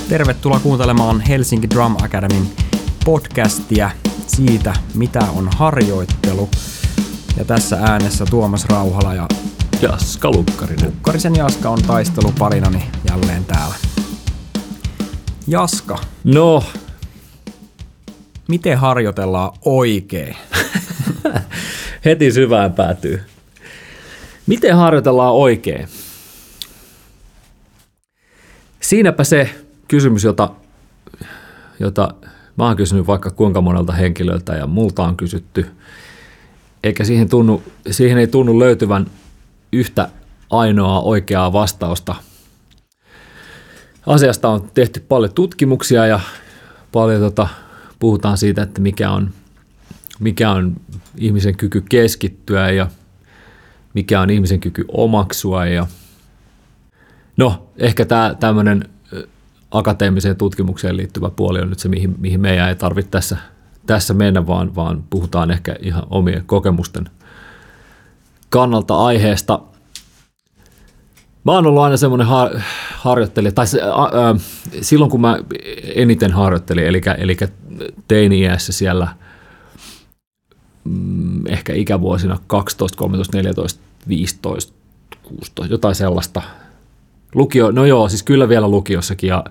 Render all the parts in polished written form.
Tervetuloa kuuntelemaan Helsinki Drum Academyn podcastia siitä, mitä on harjoittelu. Ja tässä äänessä Tuomas Rauhala ja Jaska Lukkarinen. Lukkarisen Jaska on taisteluparinani jälleen täällä. Jaska. No. Miten harjoitellaan oikein? Heti syvään päätyy. Miten harjoitellaan oikein? Siinäpä se kysymys, jota mä oon kysynyt vaikka kuinka monelta henkilöltä ja multa on kysytty. Eikä siihen ei tunnu löytyvän yhtä ainoaa oikeaa vastausta. Asiasta on tehty paljon tutkimuksia ja paljon puhutaan siitä, että mikä on ihmisen kyky keskittyä ja mikä on ihmisen kyky omaksua. Ja no, ehkä tämmöinen akateemiseen tutkimukseen liittyvä puoli on nyt se, mihin meidän ei tarvitse tässä mennä, vaan puhutaan ehkä ihan omien kokemusten kannalta aiheesta. Mä oon ollut aina semmoinen harjoittelija, tai silloin kun mä eniten harjoittelin, eli teini-iässä siellä ehkä ikävuosina 12, 13, 14, 15, 16, jotain sellaista. Lukio, no joo, siis kyllä vielä lukiossakin ja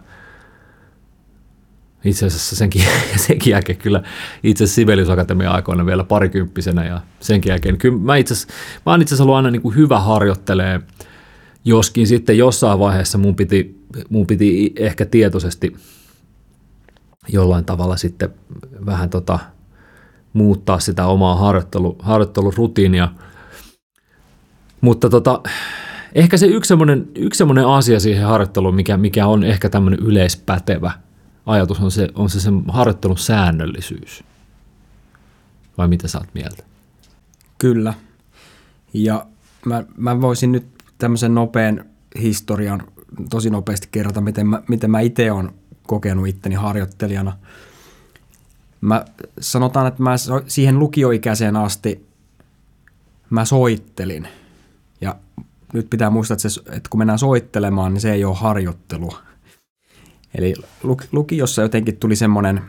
itse asiassa senkin jälkeen kyllä itse asiassa Sibelius Akatemian aikoina vielä parikymppisenä ja senkin jälkeen. Kyllä mä oon itse asiassa ollut aina niin kuin hyvä harjoittelee, joskin sitten jossain vaiheessa mun piti ehkä tietoisesti jollain tavalla sitten vähän muuttaa sitä omaa harjoittelurutiinia. Mutta ehkä se yksi semmoinen asia siihen harjoitteluun, mikä on ehkä tämmöinen yleispätevä ajatus, on se sen harjoittelun säännöllisyys. Vai mitä sä oot mieltä? Kyllä. Ja mä voisin nyt tämmöisen nopean historian tosi nopeasti kerrota, miten mä itse olen kokenut itteni harjoittelijana. Sanotaan, että mä siihen lukioikäiseen asti mä soittelin. Ja nyt pitää muistaa, että kun mennään soittelemaan, niin se ei ole harjoittelua. Eli lukiossa jotenkin tuli semmoinen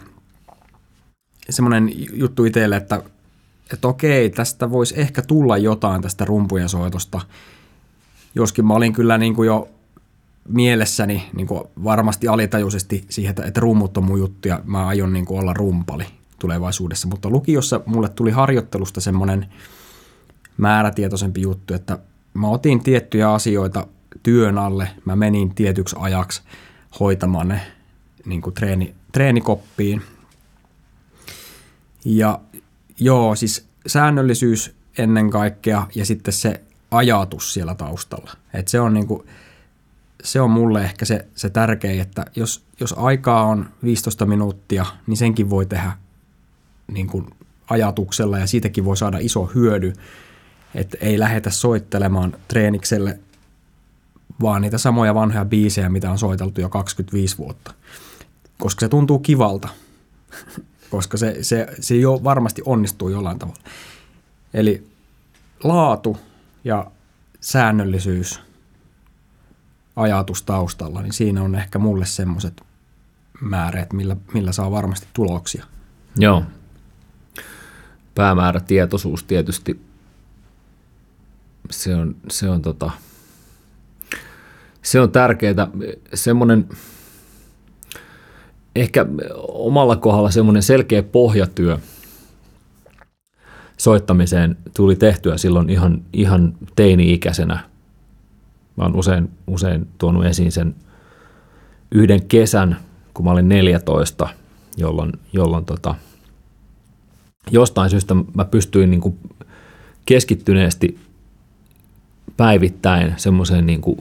juttu itselle, että okei, tästä voisi ehkä tulla jotain tästä rumpujen soitosta. Joskin mä olin kyllä niin kuin jo mielessäni niin kuin varmasti alitajuisesti siihen, että rummut on mun juttu ja mä aion niin kuin olla rumpali tulevaisuudessa. Mutta lukiossa mulle tuli harjoittelusta semmoinen määrätietoisempi juttu, että mä otin tiettyjä asioita työn alle, mä menin tietyksi ajaksi hoitamaan ne niin kuin treenikoppiin. Ja joo, siis säännöllisyys ennen kaikkea ja sitten se ajatus siellä taustalla. Et se on mulle ehkä se tärkein, että jos aikaa on 15 minuuttia, niin senkin voi tehdä niin kuin ajatuksella ja siitäkin voi saada iso hyödy, että ei lähdetä soittelemaan treenikselle vaan niitä samoja vanhoja biisejä, mitä on soiteltu jo 25 vuotta, koska se tuntuu kivalta, koska se jo varmasti onnistuu jollain tavalla. Eli laatu ja säännöllisyys ajatus taustalla, niin siinä on ehkä mulle semmoiset määreet, millä saa varmasti tuloksia. Joo. Päämäärä tietoisuus tietysti. Se on tärkeää. Semmoinen ehkä omalla kohdalla semmoinen selkeä pohjatyö soittamiseen tuli tehtyä silloin ihan teini-ikäisenä. Mä oon usein tuonut esiin sen yhden kesän, kun mä olin 14, jolloin jostain syystä mä pystyin niin kuin keskittyneesti päivittäin semmoiseen niin kuin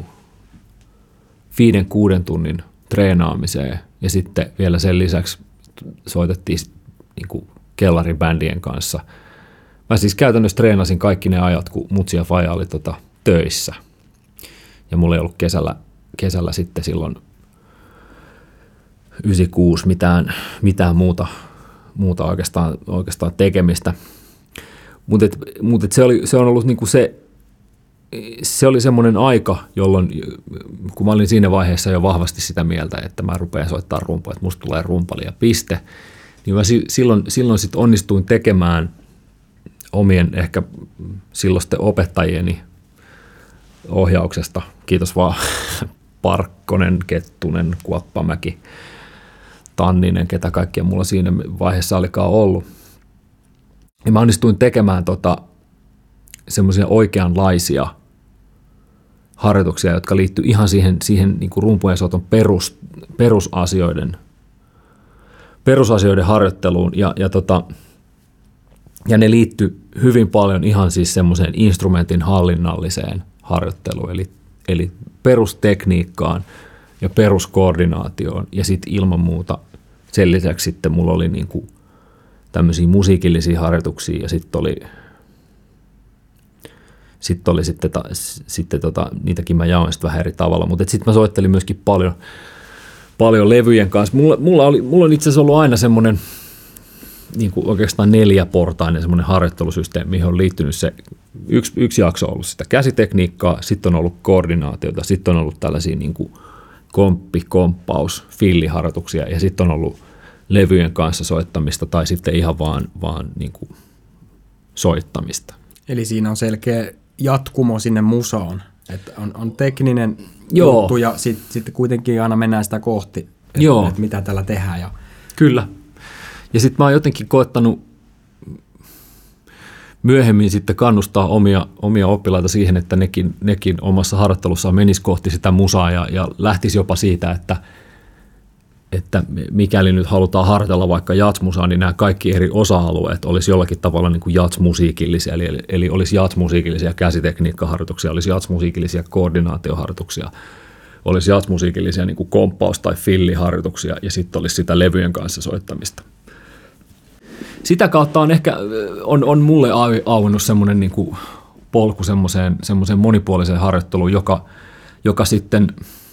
5-6 tunnin treenaamiseen ja sitten vielä sen lisäksi soitettiin niin kuin kellaribändien kanssa. Mä siis käytännössä treenasin kaikki ne ajat, kun mutsi ja faija oli töissä. Ja mulla ei ollut kesällä sitten silloin 96 mitään muuta oikeastaan tekemistä. Mutta se on ollut niinku se oli semmoinen aika, jolloin, kun mä olin siinä vaiheessa jo vahvasti sitä mieltä, että mä rupean soittaa rumpua, että musta tulee rumpali ja piste, niin mä silloin sit onnistuin tekemään omien ehkä silloisten opettajieni ohjauksesta, kiitos vaan Parkkonen, Kettunen, Kuoppamäki, Tanninen, ketä kaikkia mulla siinä vaiheessa olikaan ollut. Ja mä onnistuin tekemään semmoisia oikeanlaisia harjoituksia, jotka liittyy ihan siihen niin kuin rumpujen soiton perusasioiden harjoitteluun. Ja ne liittyy hyvin paljon ihan siis semmoiseen instrumentin hallinnalliseen harjoitteluun, eli perustekniikkaan ja peruskoordinaatioon. Ja sitten ilman muuta sen lisäksi sitten mulla oli niin kuin tämmöisiä musiikillisia harjoituksia ja sitten oli niitäkin mä jaoin sitten vähän eri tavalla, mutta sitten mä soittelin myöskin paljon levyjen kanssa. Mulla on itse asiassa ollut aina semmoinen niin kuin oikeastaan 4-portainen semmoinen harjoittelusysteemi, mihin on liittynyt se, yksi jakso on ollut sitä käsitekniikkaa, sitten on ollut koordinaatiota, sitten on ollut tällaisia niin kuin komppaus, filliharjoituksia ja sitten on ollut levyjen kanssa soittamista tai sitten ihan vaan niin kuin soittamista. Eli siinä on selkeä jatkumo sinne musaan, että on tekninen juttu ja sitten kuitenkin aina mennään sitä kohti, että mitä tällä tehdään. Ja kyllä. Ja sitten mä oon jotenkin koettanut myöhemmin sitten kannustaa omia oppilaita siihen, että nekin omassa harjoittelussaan menisi kohti sitä musaa ja lähtisi jopa siitä, että mikäli nyt halutaan harjoitella vaikka jatsmusaa, niin nämä kaikki eri osa-alueet olisi jollakin tavalla niin kuin jatsmusiikillisia, eli olisi jatsmusiikillisia käsitekniikkaharjoituksia, olisi jatsmusiikillisia koordinaatioharjoituksia, olisi jatsmusiikillisia niin kuin komppaus- tai filliharjoituksia ja sitten olisi sitä levyjen kanssa soittamista. Sitä kautta on ehkä on mulle auennut semmoinen niin kuin polku semmoiseen monipuoliseen harjoitteluun, joka sitten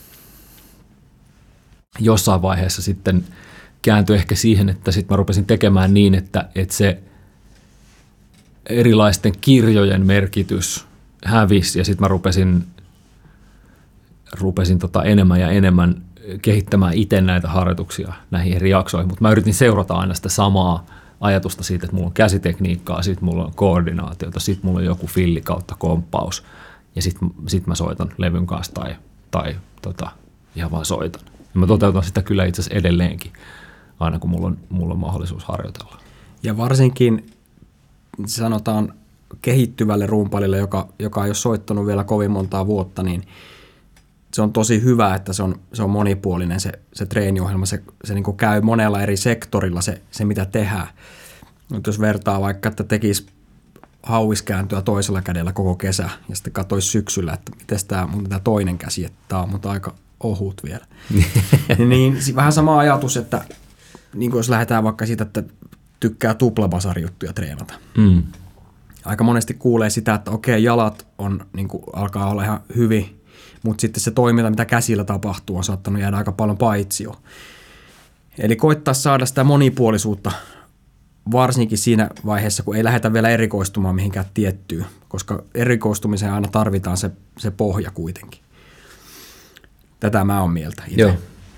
jossain vaiheessa sitten kääntyi ehkä siihen, että sitten mä rupesin tekemään niin, että se erilaisten kirjojen merkitys hävisi ja sitten mä rupesin enemmän ja enemmän kehittämään itse näitä harjoituksia näihin eri jaksoihin, mutta mä yritin seurata aina sitä samaa ajatusta siitä, että mulla on käsitekniikkaa, sitten mulla on koordinaatiota, sitten mulla on joku filli kautta komppaus ja sitten mä soitan levyn kanssa tai ihan vaan soitan. Ja mä toteutan sitä kyllä itse asiassa edelleenkin, aina kun mulla on mahdollisuus harjoitella. Ja varsinkin sanotaan kehittyvälle rumpalille, joka ei ole soittanut vielä kovin montaa vuotta, niin se on tosi hyvä, että se on monipuolinen se treeniohjelma. Se niin kuin käy monella eri sektorilla se mitä tehdään. Nyt jos vertaa vaikka, että tekisi hauiskääntöä toisella kädellä koko kesä ja sitten katsoisi syksyllä, että miten tämä toinen käsi, että tämä on mutta aika ohut vielä. niin vähän sama ajatus, että niin kuin jos lähdetään vaikka siitä, että tykkää tuplabasarjuttuja treenata. Aika monesti kuulee sitä, että okei, jalat on, niin kuin, alkaa olla ihan hyvin, mutta sitten se toiminta, mitä käsillä tapahtuu, on saattanut jäädä aika paljon paitsioon. Eli koittaa saada sitä monipuolisuutta, varsinkin siinä vaiheessa, kun ei lähdetä vielä erikoistumaan mihinkään tiettyyn, koska erikoistumiseen aina tarvitaan se pohja kuitenkin. Tätä mä oon mieltä itse. Joo.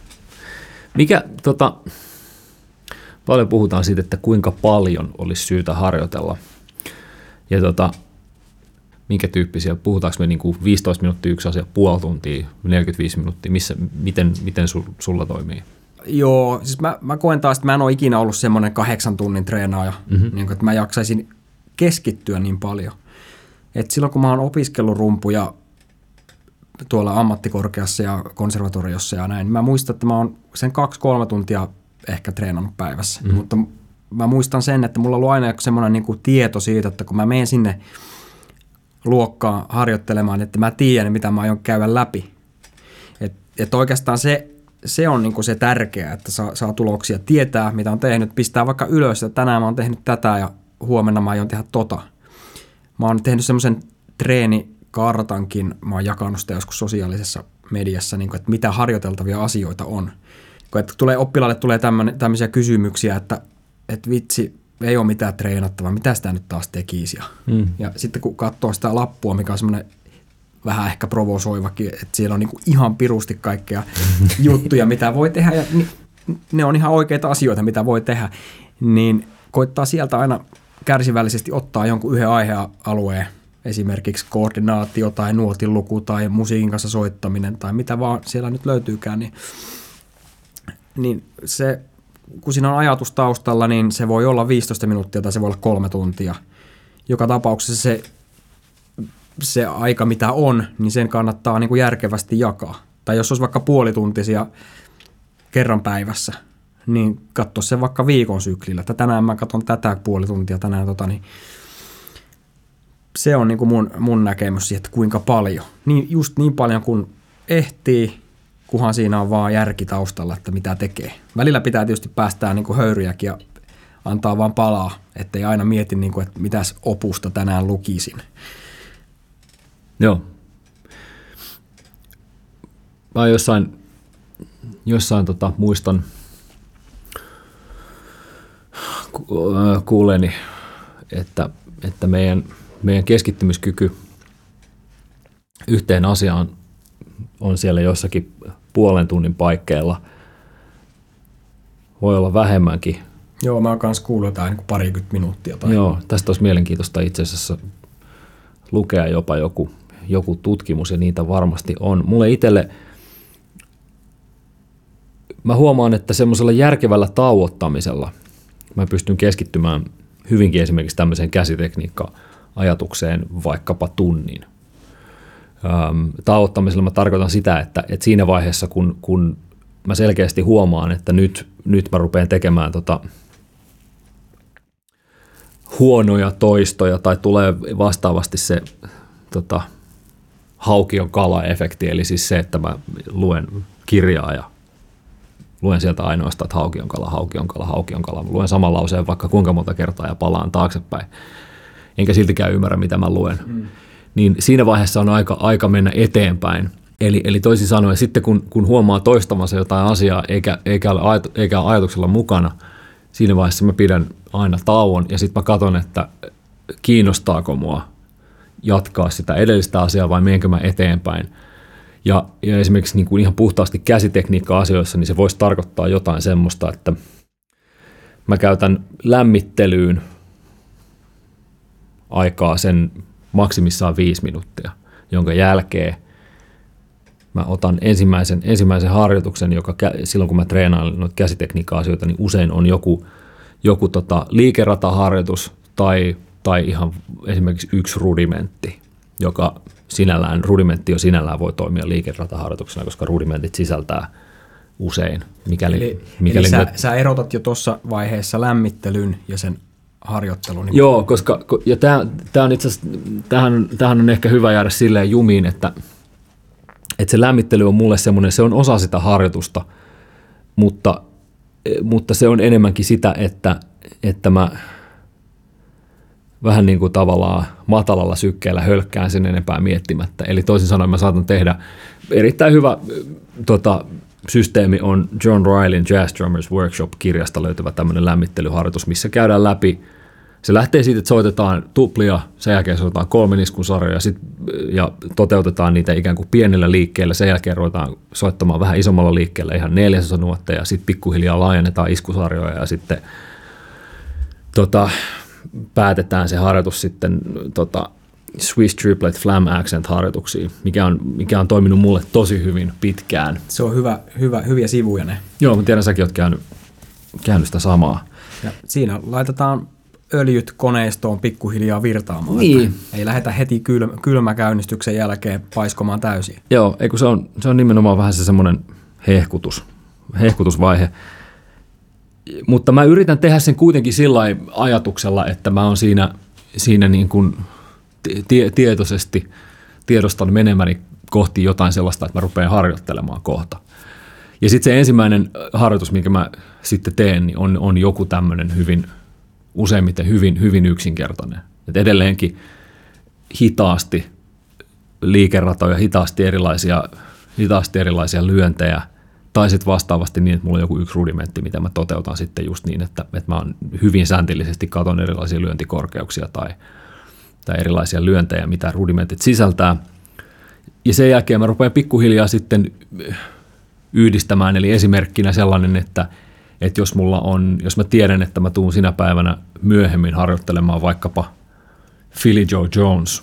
Paljon puhutaan siitä, että kuinka paljon olisi syytä harjoitella. Ja minkä tyyppisiä, puhutaanko me niin kuin 15 minuuttia yksi asia, puoli tuntia, 45 minuuttia, miten sulla toimii? Joo, siis mä koen taas, että mä en ole ikinä ollut semmoinen 8 tunnin treenaaja, niin kuin, että mä jaksaisin keskittyä niin paljon. Et silloin kun mä oon opiskellut rumpuja tuolla ammattikorkeassa ja konservatoriossa ja näin, niin mä muistan, että mä oon sen 2-3 tuntia ehkä treenannut päivässä, mutta mä muistan sen, että mulla on ollut aina semmoinen niin kuin tieto siitä, että kun mä menen sinne luokkaan harjoittelemaan, että mä tiedän, mitä mä aion käydä läpi. Että oikeastaan se on niin kuin se tärkeää, että saa tuloksia, tietää, mitä on tehnyt, pistää vaikka ylös, että tänään mä oon tehnyt tätä ja huomenna mä aion tehdä tota. Mä oon tehnyt semmoisen treenikartankin, mä oon jakanut sitä joskus sosiaalisessa mediassa, niin kuin, että mitä harjoiteltavia asioita on. Että oppilaalle tulee tämmöisiä kysymyksiä, että vitsi, ei ole mitään treenattavaa, mitä sitä nyt taas tekisi. Ja sitten kun katsoo sitä lappua, mikä on semmoinen vähän ehkä provosoivakin, että siellä on niin kuin ihan pirusti kaikkea juttuja, mitä voi tehdä, ja ne on ihan oikeita asioita, mitä voi tehdä, niin koittaa sieltä aina kärsivällisesti ottaa jonkun yhden aihealueen, esimerkiksi koordinaatio tai nuotinluku tai musiikin kanssa soittaminen tai mitä vaan siellä nyt löytyykään, niin se, kun siinä on ajatus taustalla, niin se voi olla 15 minuuttia tai se voi olla 3 tuntia. Joka tapauksessa se aika, mitä on, niin sen kannattaa niin kuin järkevästi jakaa. Tai jos olisi vaikka puolituntisia kerran päivässä, niin katso se vaikka viikon syklillä. Että tänään mä katson tätä puoli tuntia, tänään niin se on niin kuin mun näkemys siihen, että kuinka paljon. Just niin paljon kuin ehtii, kunhan siinä on vaan järki taustalla, että mitä tekee. Välillä pitää tietysti päästää niin kuin höyryjäkin ja antaa vaan palaa, ettei aina mieti, niin kuin, että mitäs opusta tänään lukisin. Joo. Mä jossain muistan kuuleeni, että meidän keskittymiskyky yhteen asiaan on siellä jossakin puolen tunnin paikkeilla. Voi olla vähemmänkin. Joo, mä oon kanssa kuullut jotain niin kuin 20 minuuttia. Tai... Joo, tästä olisi mielenkiintoista itse asiassa lukea jopa joku tutkimus, ja niitä varmasti on. Mulle itselle, mä huomaan, että semmoisella järkevällä tauottamisella mä pystyn keskittymään hyvinkin esimerkiksi tämmöiseen käsitekniikka-ajatukseen vaikkapa tunnin. Tauottamisella mä tarkoitan sitä, että siinä vaiheessa, kun mä selkeästi huomaan, että nyt mä rupean tekemään huonoja toistoja tai tulee vastaavasti se haukion kala-efekti, eli siis se, että mä luen kirjaa ja luen sieltä ainoastaan, että haukion kala, haukion kala, haukion kala. Mä luen saman lauseen vaikka kuinka monta kertaa ja palaan taaksepäin, enkä siltikään ymmärrä, mitä mä luen. Niin siinä vaiheessa on aika mennä eteenpäin. Eli toisin sanoen, sitten kun huomaa toistamansa jotain asiaa eikä ole ajatuksella mukana, siinä vaiheessa mä pidän aina tauon ja sitten mä katson, että kiinnostaako mua jatkaa sitä edellistä asiaa vai menenkö mä eteenpäin. Ja esimerkiksi niin kuin ihan puhtaasti käsitekniikka-asioissa, niin se voisi tarkoittaa jotain semmoista, että mä käytän lämmittelyyn aikaa sen maksimissaan 5 minuuttia, jonka jälkeen mä otan ensimmäisen harjoituksen, joka silloin kun mä treenaan noita käsitekniikka-asioita, niin usein on joku liikerataharjoitus tai ihan esimerkiksi yksi rudimentti, joka rudimentti jo sinällään voi toimia liikerataharjoituksena, koska rudimentit sisältää usein. Mikäli sä erotat jo tuossa vaiheessa lämmittelyn ja sen harjoittelun. Joo, koska tämä on itse asiassa, tähän on ehkä hyvä jäädä silleen jumiin, että se lämmittely on mulle semmoinen, se on osa sitä harjoitusta, mutta se on enemmänkin sitä, että mä vähän niin kuin tavallaan matalalla sykkeellä hölkkään sen enempää miettimättä. Eli toisin sanoen mä saatan tehdä erittäin hyvä systeemi on John Rileyn Jazz Drummers Workshop-kirjasta löytyvä tämmöinen lämmittelyharjoitus, missä käydään läpi. Se lähtee siitä, että soitetaan tuplia, sen jälkeen soitetaan 3 niskun sarjoja ja toteutetaan niitä ikään kuin pienellä liikkeellä. Sen jälkeen ruvetaan soittamaan vähän isommalla liikkeellä ihan 4 nuotteja, sitten pikkuhiljaa laajennetaan iskusarjoja ja sitten päätetään se harjoitus sitten Swiss Triplet Flam Accent -harjoituksiin, mikä on toiminut mulle tosi hyvin pitkään. Se on hyviä sivuja ne. Joo, mä tiedän, säkin oot käynyt sitä samaa. Ja siinä laitetaan öljyt koneistoon pikkuhiljaa virtaamaan. Niin. Ei lähdetä heti kylmäkäynnistyksen jälkeen paiskomaan täysin. Joo, eikö se on nimenomaan vähän se semmoinen hehkutusvaihe. Mutta mä yritän tehdä sen kuitenkin sillä ajatuksella, että mä oon siinä niin kuin tietoisesti tiedostan menemäni kohti jotain sellaista, että mä rupean harjoittelemaan kohta. Ja sitten se ensimmäinen harjoitus, minkä mä sitten teen, niin on joku tämmöinen useimmiten hyvin yksinkertainen. Et edelleenkin hitaasti liikeratoja, hitaasti erilaisia lyöntejä, tai sitten vastaavasti niin, että mulla on joku yksi rudimentti, mitä mä toteutan sitten just niin, että mä hyvin säntillisesti katon erilaisia lyöntikorkeuksia tai erilaisia lyöntejä, mitä rudimentit sisältää. Ja sen jälkeen mä rupean pikkuhiljaa sitten yhdistämään, eli esimerkkinä sellainen, että jos mä tiedän, että mä tuun sinä päivänä myöhemmin harjoittelemaan vaikkapa Philly Joe Jones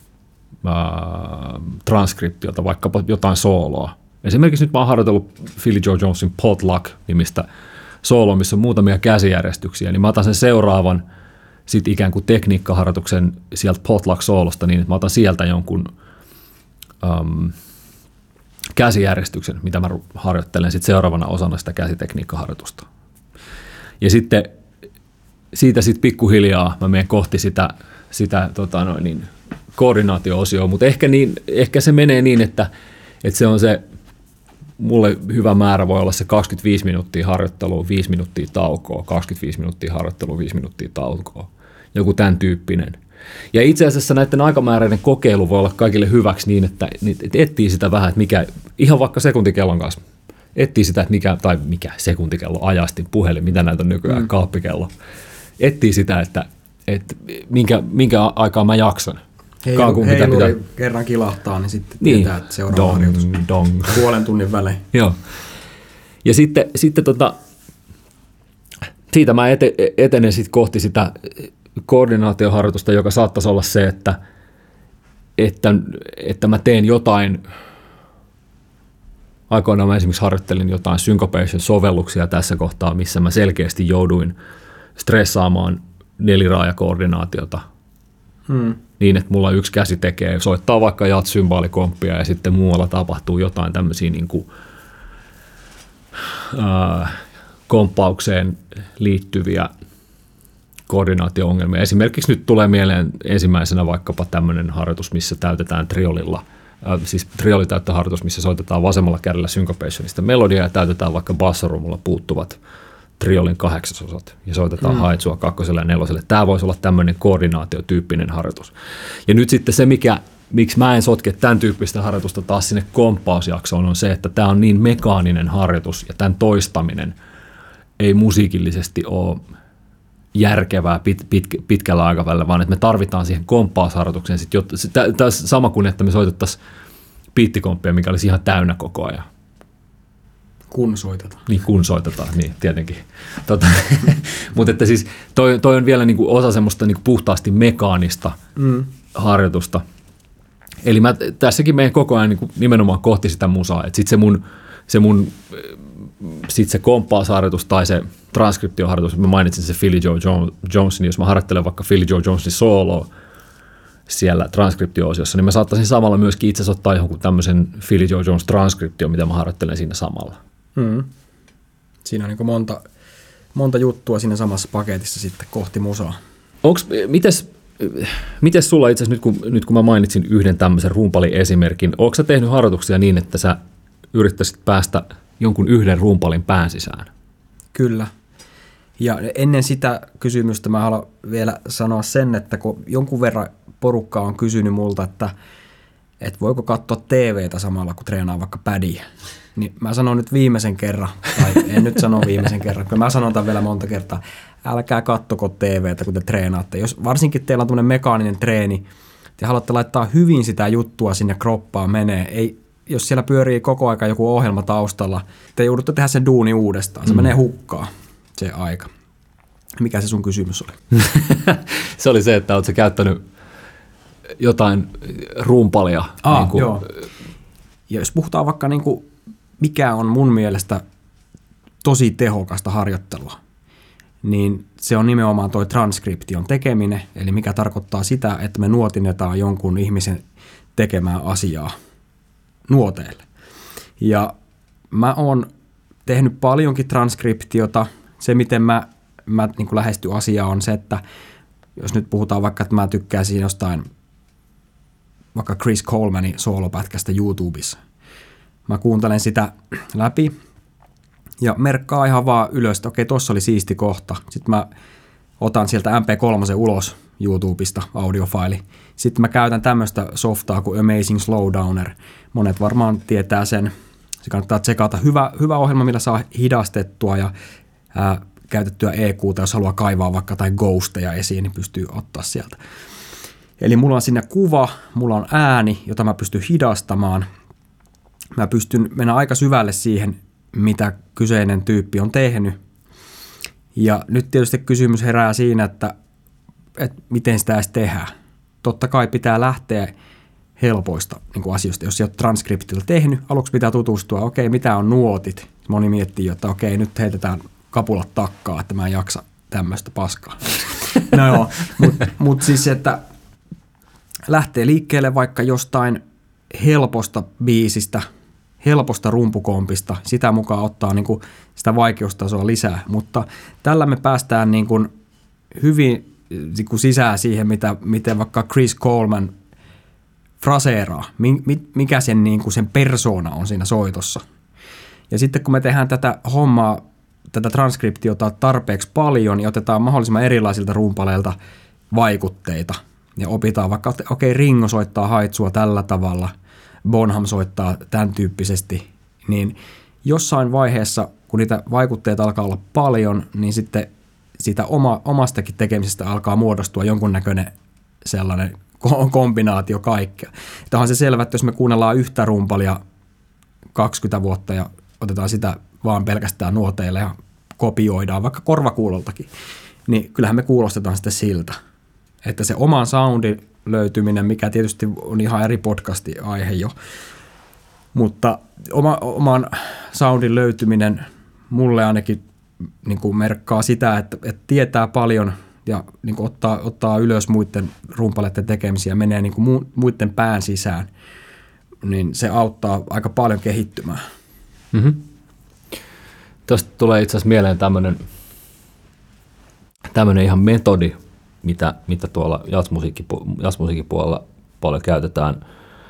transkriptiota, vaikkapa jotain sooloa. Esimerkiksi nyt mä oon harjoitellut Philly Joe Jonesin Potluck-nimistä sooloa, missä on muutamia käsijärjestyksiä, niin mä otan sen seuraavan sit ikään kuin tekniikkaharjoituksen sieltä Potluck-soolosta niin, että mä otan sieltä jonkun käsijärjestyksen, mitä mä harjoittelen sit seuraavana osana sitä käsitekniikkaharjoitusta. Ja sitten siitä sitten pikkuhiljaa mä menen kohti sitä koordinaatio-osioa, mutta ehkä se menee niin, että se on se, mulle hyvä määrä voi olla se 25 minuuttia harjoittelua, 5 minuuttia taukoa, 25 minuuttia harjoittelua, 5 minuuttia taukoa, joku tämän tyyppinen. Ja itse asiassa näiden aikamääräiden kokeilu voi olla kaikille hyväksi niin, että etsii sitä vähän, että mikä, ihan vaikka sekuntikellon kanssa, etsii sitä, että mikä sekuntikello, ajastin, puhelin, mitä näitä on nykyään, kaappikello. Etsii sitä, että minkä aikaa mä jaksan. Heiluri kerran kilahtaa, niin sitten tietää, että seuraava harjoitus puolen tunnin välein. Joo. Ja sitten siitä mä etenen sitten kohti sitä koordinaatioharjoitusta, joka saattaisi olla se, että mä teen jotain, aikoinaan mä esimerkiksi harjoittelin jotain syncopation-sovelluksia tässä kohtaa, missä mä selkeästi jouduin stressaamaan neliraajakoordinaatiota niin, että mulla yksi käsi soittaa vaikka jat-symbaalikomppia ja sitten muualla tapahtuu jotain tämmöisiä niin kuin, komppaukseen liittyviä koordinaatio-ongelmia. Esimerkiksi nyt tulee mieleen ensimmäisenä vaikkapa tämmöinen harjoitus, missä täytetään triolilla, siis triolitäyttöharjoitus, missä soitetaan vasemmalla kädellä syncopationista melodiaa ja täytetään vaikka bassorumulla puuttuvat triolin 8 ja soitetaan haitsua 2. ja 4. Tämä voisi olla tämmöinen koordinaatiotyyppinen harjoitus. Ja nyt sitten se, miksi mä en sotke tämän tyyppistä harjoitusta taas sinne komppausjaksoon, on se, että tämä on niin mekaaninen harjoitus ja tämän toistaminen ei musiikillisesti ole järkevää pitkällä aikavälillä, vaan että me tarvitaan siihen komppausharjoitukseen tämä sama kuin, että me soitettaisiin biittikomppia, mikä olisi ihan täynnä koko ajan. Kun soitetaan. Kun soitetaan, niin tietenkin. Mutta että siis toi on vielä niinku osa semmoista niinku puhtaasti mekaanista harjoitusta. Eli mä tässäkin menen koko ajan niinku nimenomaan kohti sitä musaa. Että sitten se komppausharjoitus tai se transkriptioharjoitus, mä mainitsin se Philly Joe Jonesin, jos mä harjoittelen vaikka Philly Joe Jonesin sooloa siellä transkriptio-osiossa, niin mä saattaisin samalla myöskin itse asiassa ottaa jonkun tämmöisen Philly Joe Jones transkriptio, mitä mä harjoittelen siinä samalla. Siinä on niin monta juttua siinä samassa paketissa sitten kohti musaa. Mites sulla itse asiassa, nyt kun mä mainitsin yhden tämmöisen rumpaliesimerkin, ootko sä tehnyt harjoituksia niin, että sä yrittäisit päästä jonkun yhden rumpalin pään sisään? Kyllä. Ja ennen sitä kysymystä mä haluan vielä sanoa sen, että kun jonkun verran porukka on kysynyt multa, että voiko katsoa TVtä samalla kun treenaa vaikka pädiä, niin mä sanon nyt viimeisen kerran, tai en nyt sano viimeisen kerran, kun mä sanon tämän vielä monta kertaa, älkää kattoko TVtä kun te treenaatte. Jos varsinkin teillä on tämmöinen mekaaninen treeni, te haluatte laittaa hyvin sitä juttua sinne kroppaan menee, jos siellä pyörii koko aika joku ohjelma taustalla, te joudutte tehdä sen duuni uudestaan, se menee hukkaan se aika. Mikä se sun kysymys oli? Se oli se, että oletko käyttänyt jotain rumpalia. Joo. Ja jos puhutaan vaikka mikä on mun mielestä tosi tehokasta harjoittelua, niin se on nimenomaan toi transkription tekeminen, eli mikä tarkoittaa sitä, että me nuotinnetaan jonkun ihmisen tekemää asiaa nuoteille. Ja mä oon tehnyt paljonkin transkriptiota. Se, miten mä niin kuin lähestyn asiaa, on se, että jos nyt puhutaan vaikka, että mä tykkäisin jostain vaikka Chris Colemanin soolopätkästä YouTubessa. Mä kuuntelen sitä läpi ja merkkaa ihan vaan ylös, että okei, tossa oli siisti kohta. Sitten mä otan sieltä MP3 ulos YouTubesta audiofaili. Sitten mä käytän tämmöistä softaa kuin Amazing Slowdowner. Monet varmaan tietää sen. Se kannattaa tsekata. Hyvä ohjelma, millä saa hidastettua ja käytettyä EQ:ta, jos haluaa kaivaa vaikka tai ghosteja esiin, niin pystyy ottaa sieltä. Eli mulla on siinä kuva, mulla on ääni, jota mä pystyn hidastamaan. Mä pystyn mennä aika syvälle siihen, mitä kyseinen tyyppi on tehnyt. Ja nyt tietysti kysymys herää siinä, että miten sitä edes tehdään. Totta kai pitää lähteä helpoista niin kuin asioista. Jos sä oot transkriptilla tehnyt, aluksi pitää tutustua, okei, mitä on nuotit. Moni miettii, että okei, nyt heitetään kapulat takkaa, että mä en jaksa tämmöistä paskaa. No joo, mutta siis, että lähtee liikkeelle vaikka jostain helposta biisistä, helposta rumpukompista, sitä mukaan ottaa niin kuin sitä vaikeustasoa lisää, mutta tällä me päästään niin kuin hyvin niin kuin sisään siihen, miten vaikka Chris Coleman fraseeraa, mikä sen, niin kuin sen persoona on siinä soitossa. Ja sitten kun me tehdään tätä hommaa, tätä transkriptiota tarpeeksi paljon ja otetaan mahdollisimman erilaisilta rumpaleilta vaikutteita ja opitaan vaikka, okei, Ringo soittaa haitsua tällä tavalla, Bonham soittaa tämän tyyppisesti, niin jossain vaiheessa, kun niitä vaikutteita alkaa olla paljon, niin sitten siitä omastakin tekemisestä alkaa muodostua jonkunnäköinen sellainen kombinaatio kaikkea. Tämä on se selvä, että jos me kuunnellaan yhtä rumpalia 20 vuotta ja otetaan sitä vaan pelkästään nuoteilla ja kopioidaan vaikka korvakuuloltakin, niin kyllähän me kuulostetaan sitten siltä. Että se oman soundin löytyminen, mikä tietysti on ihan eri podcastin aihe jo, mutta oman soundin löytyminen mulle ainakin niin kuin merkkaa sitä, että tietää paljon ja niin kuin ottaa ylös muiden rumpaleiden tekemisiä, menee niin kuin muiden pään sisään, niin se auttaa aika paljon kehittymään. Mm-hmm. Tuosta tulee itse asiassa mieleen tämmöinen ihan metodi, mitä tuolla jazzmusiikin puolella paljon käytetään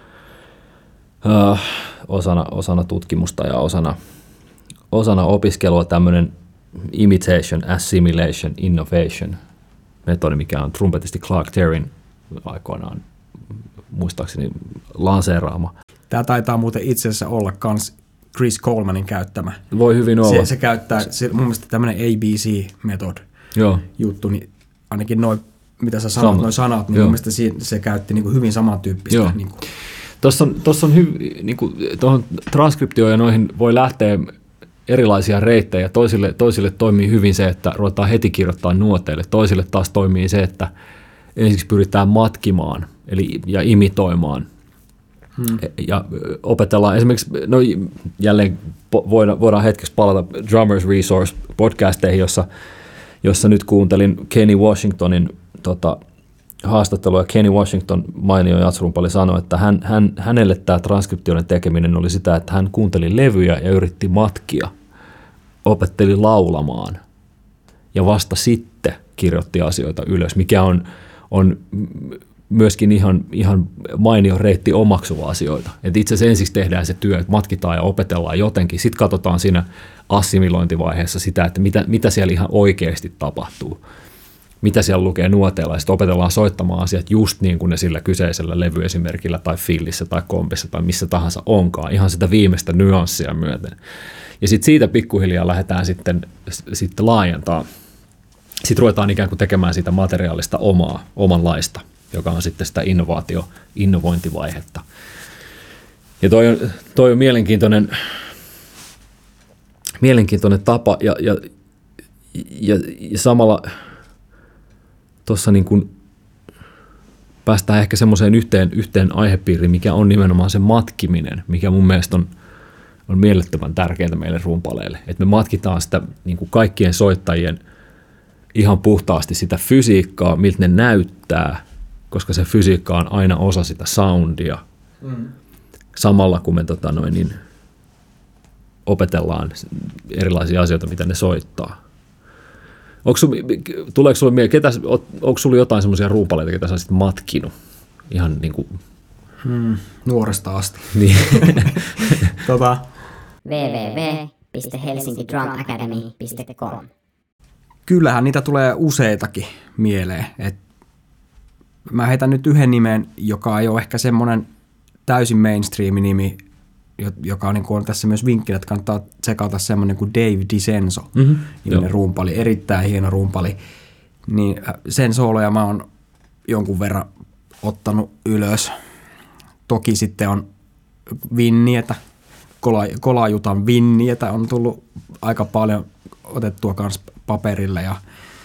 osana tutkimusta ja osana opiskelua, tämmöinen imitation, assimilation, innovation metodi, mikä on trumpetisti Clark Terrin aikoinaan muistaakseni lanseeraama. Tämä taitaa muuten itse asiassa olla myös Chris Colemanin käyttämä. Voi hyvin olla. Se käyttää, mun mielestä tämmöinen ABC-metod juttu, niin ainakin noin, mitä sä sanot, noin sanat, niin mun mielestä se käytti niin kuin hyvin samantyyppistä. Niin kuin. Tuossa on niin kuin, tuohon transkriptioon ja noihin voi lähteä erilaisia reittejä. Toisille toimii hyvin se, että ruvetaan heti kirjoittaa nuoteille. Toisille taas toimii se, että ensiksi pyritään matkimaan ja imitoimaan. Ja opetellaan esimerkiksi, no jälleen voidaan hetkeksi palata Drummers Resource podcasteihin, jossa nyt kuuntelin Kenny Washingtonin haastattelua. Kenny Washington, mainio jazzrumpali, sanoi, että hänelle tämä transkriptioiden tekeminen oli sitä, että hän kuunteli levyjä ja yritti matkia, opetteli laulamaan ja vasta sitten kirjoitti asioita ylös, mikä on myöskin ihan mainio reitti omaksua asioita. Et itse asiassa ensiksi tehdään se työ, että matkitaan ja opetellaan jotenkin. Sitten katsotaan siinä assimilointivaiheessa sitä, että mitä siellä ihan oikeasti tapahtuu. Mitä siellä lukee nuoteilla, ja sitten opetellaan soittamaan asiat just niin kuin ne sillä kyseisellä levyesimerkillä tai fillissä tai kompissa tai missä tahansa onkaan, ihan sitä viimeistä nyanssia myöten. Ja sitten siitä pikkuhiljaa lähdetään sitten laajentaa. Sitten ruvetaan ikään kuin tekemään siitä materiaalista omanlaista, joka on sitten sitä innovointivaihetta. Ja toi on mielenkiintoinen tapa, ja samalla tuossa niin kuin päästään ehkä semmoiseen yhteen aihepiiriin, mikä on nimenomaan se matkiminen, mikä mun mielestä on mielettömän tärkeää meille rumpaleille. Että me matkitaan sitä niin kuin kaikkien soittajien ihan puhtaasti sitä fysiikkaa, miltä ne näyttää, koska se fysiikka on aina osa sitä soundia. Samalla kun me opetellaan erilaisia asioita, mitä ne soittaa. Tuleeko sulle mieleen, onko sulla jotain semmoisia ruupaleita, ketä sä olisit matkinut? Ihan niin kuin nuoresta asti. Niin. www.helsinkidrumacademy.com. Kyllähän niitä tulee useitakin mieleen. Mä heitän nyt yhden nimen, joka ei ole ehkä semmoinen täysin mainstream-nimi, joka on tässä myös vinkkinä, että kannattaa tsekata semmoinen kuin Dave DiCenso, niminen rumpali, erittäin hieno rumpali. Niin sen sooloja mä oon jonkun verran ottanut ylös. Toki sitten on vinnietä, kolajutan vinnietä on tullut aika paljon otettua kanssa paperille ja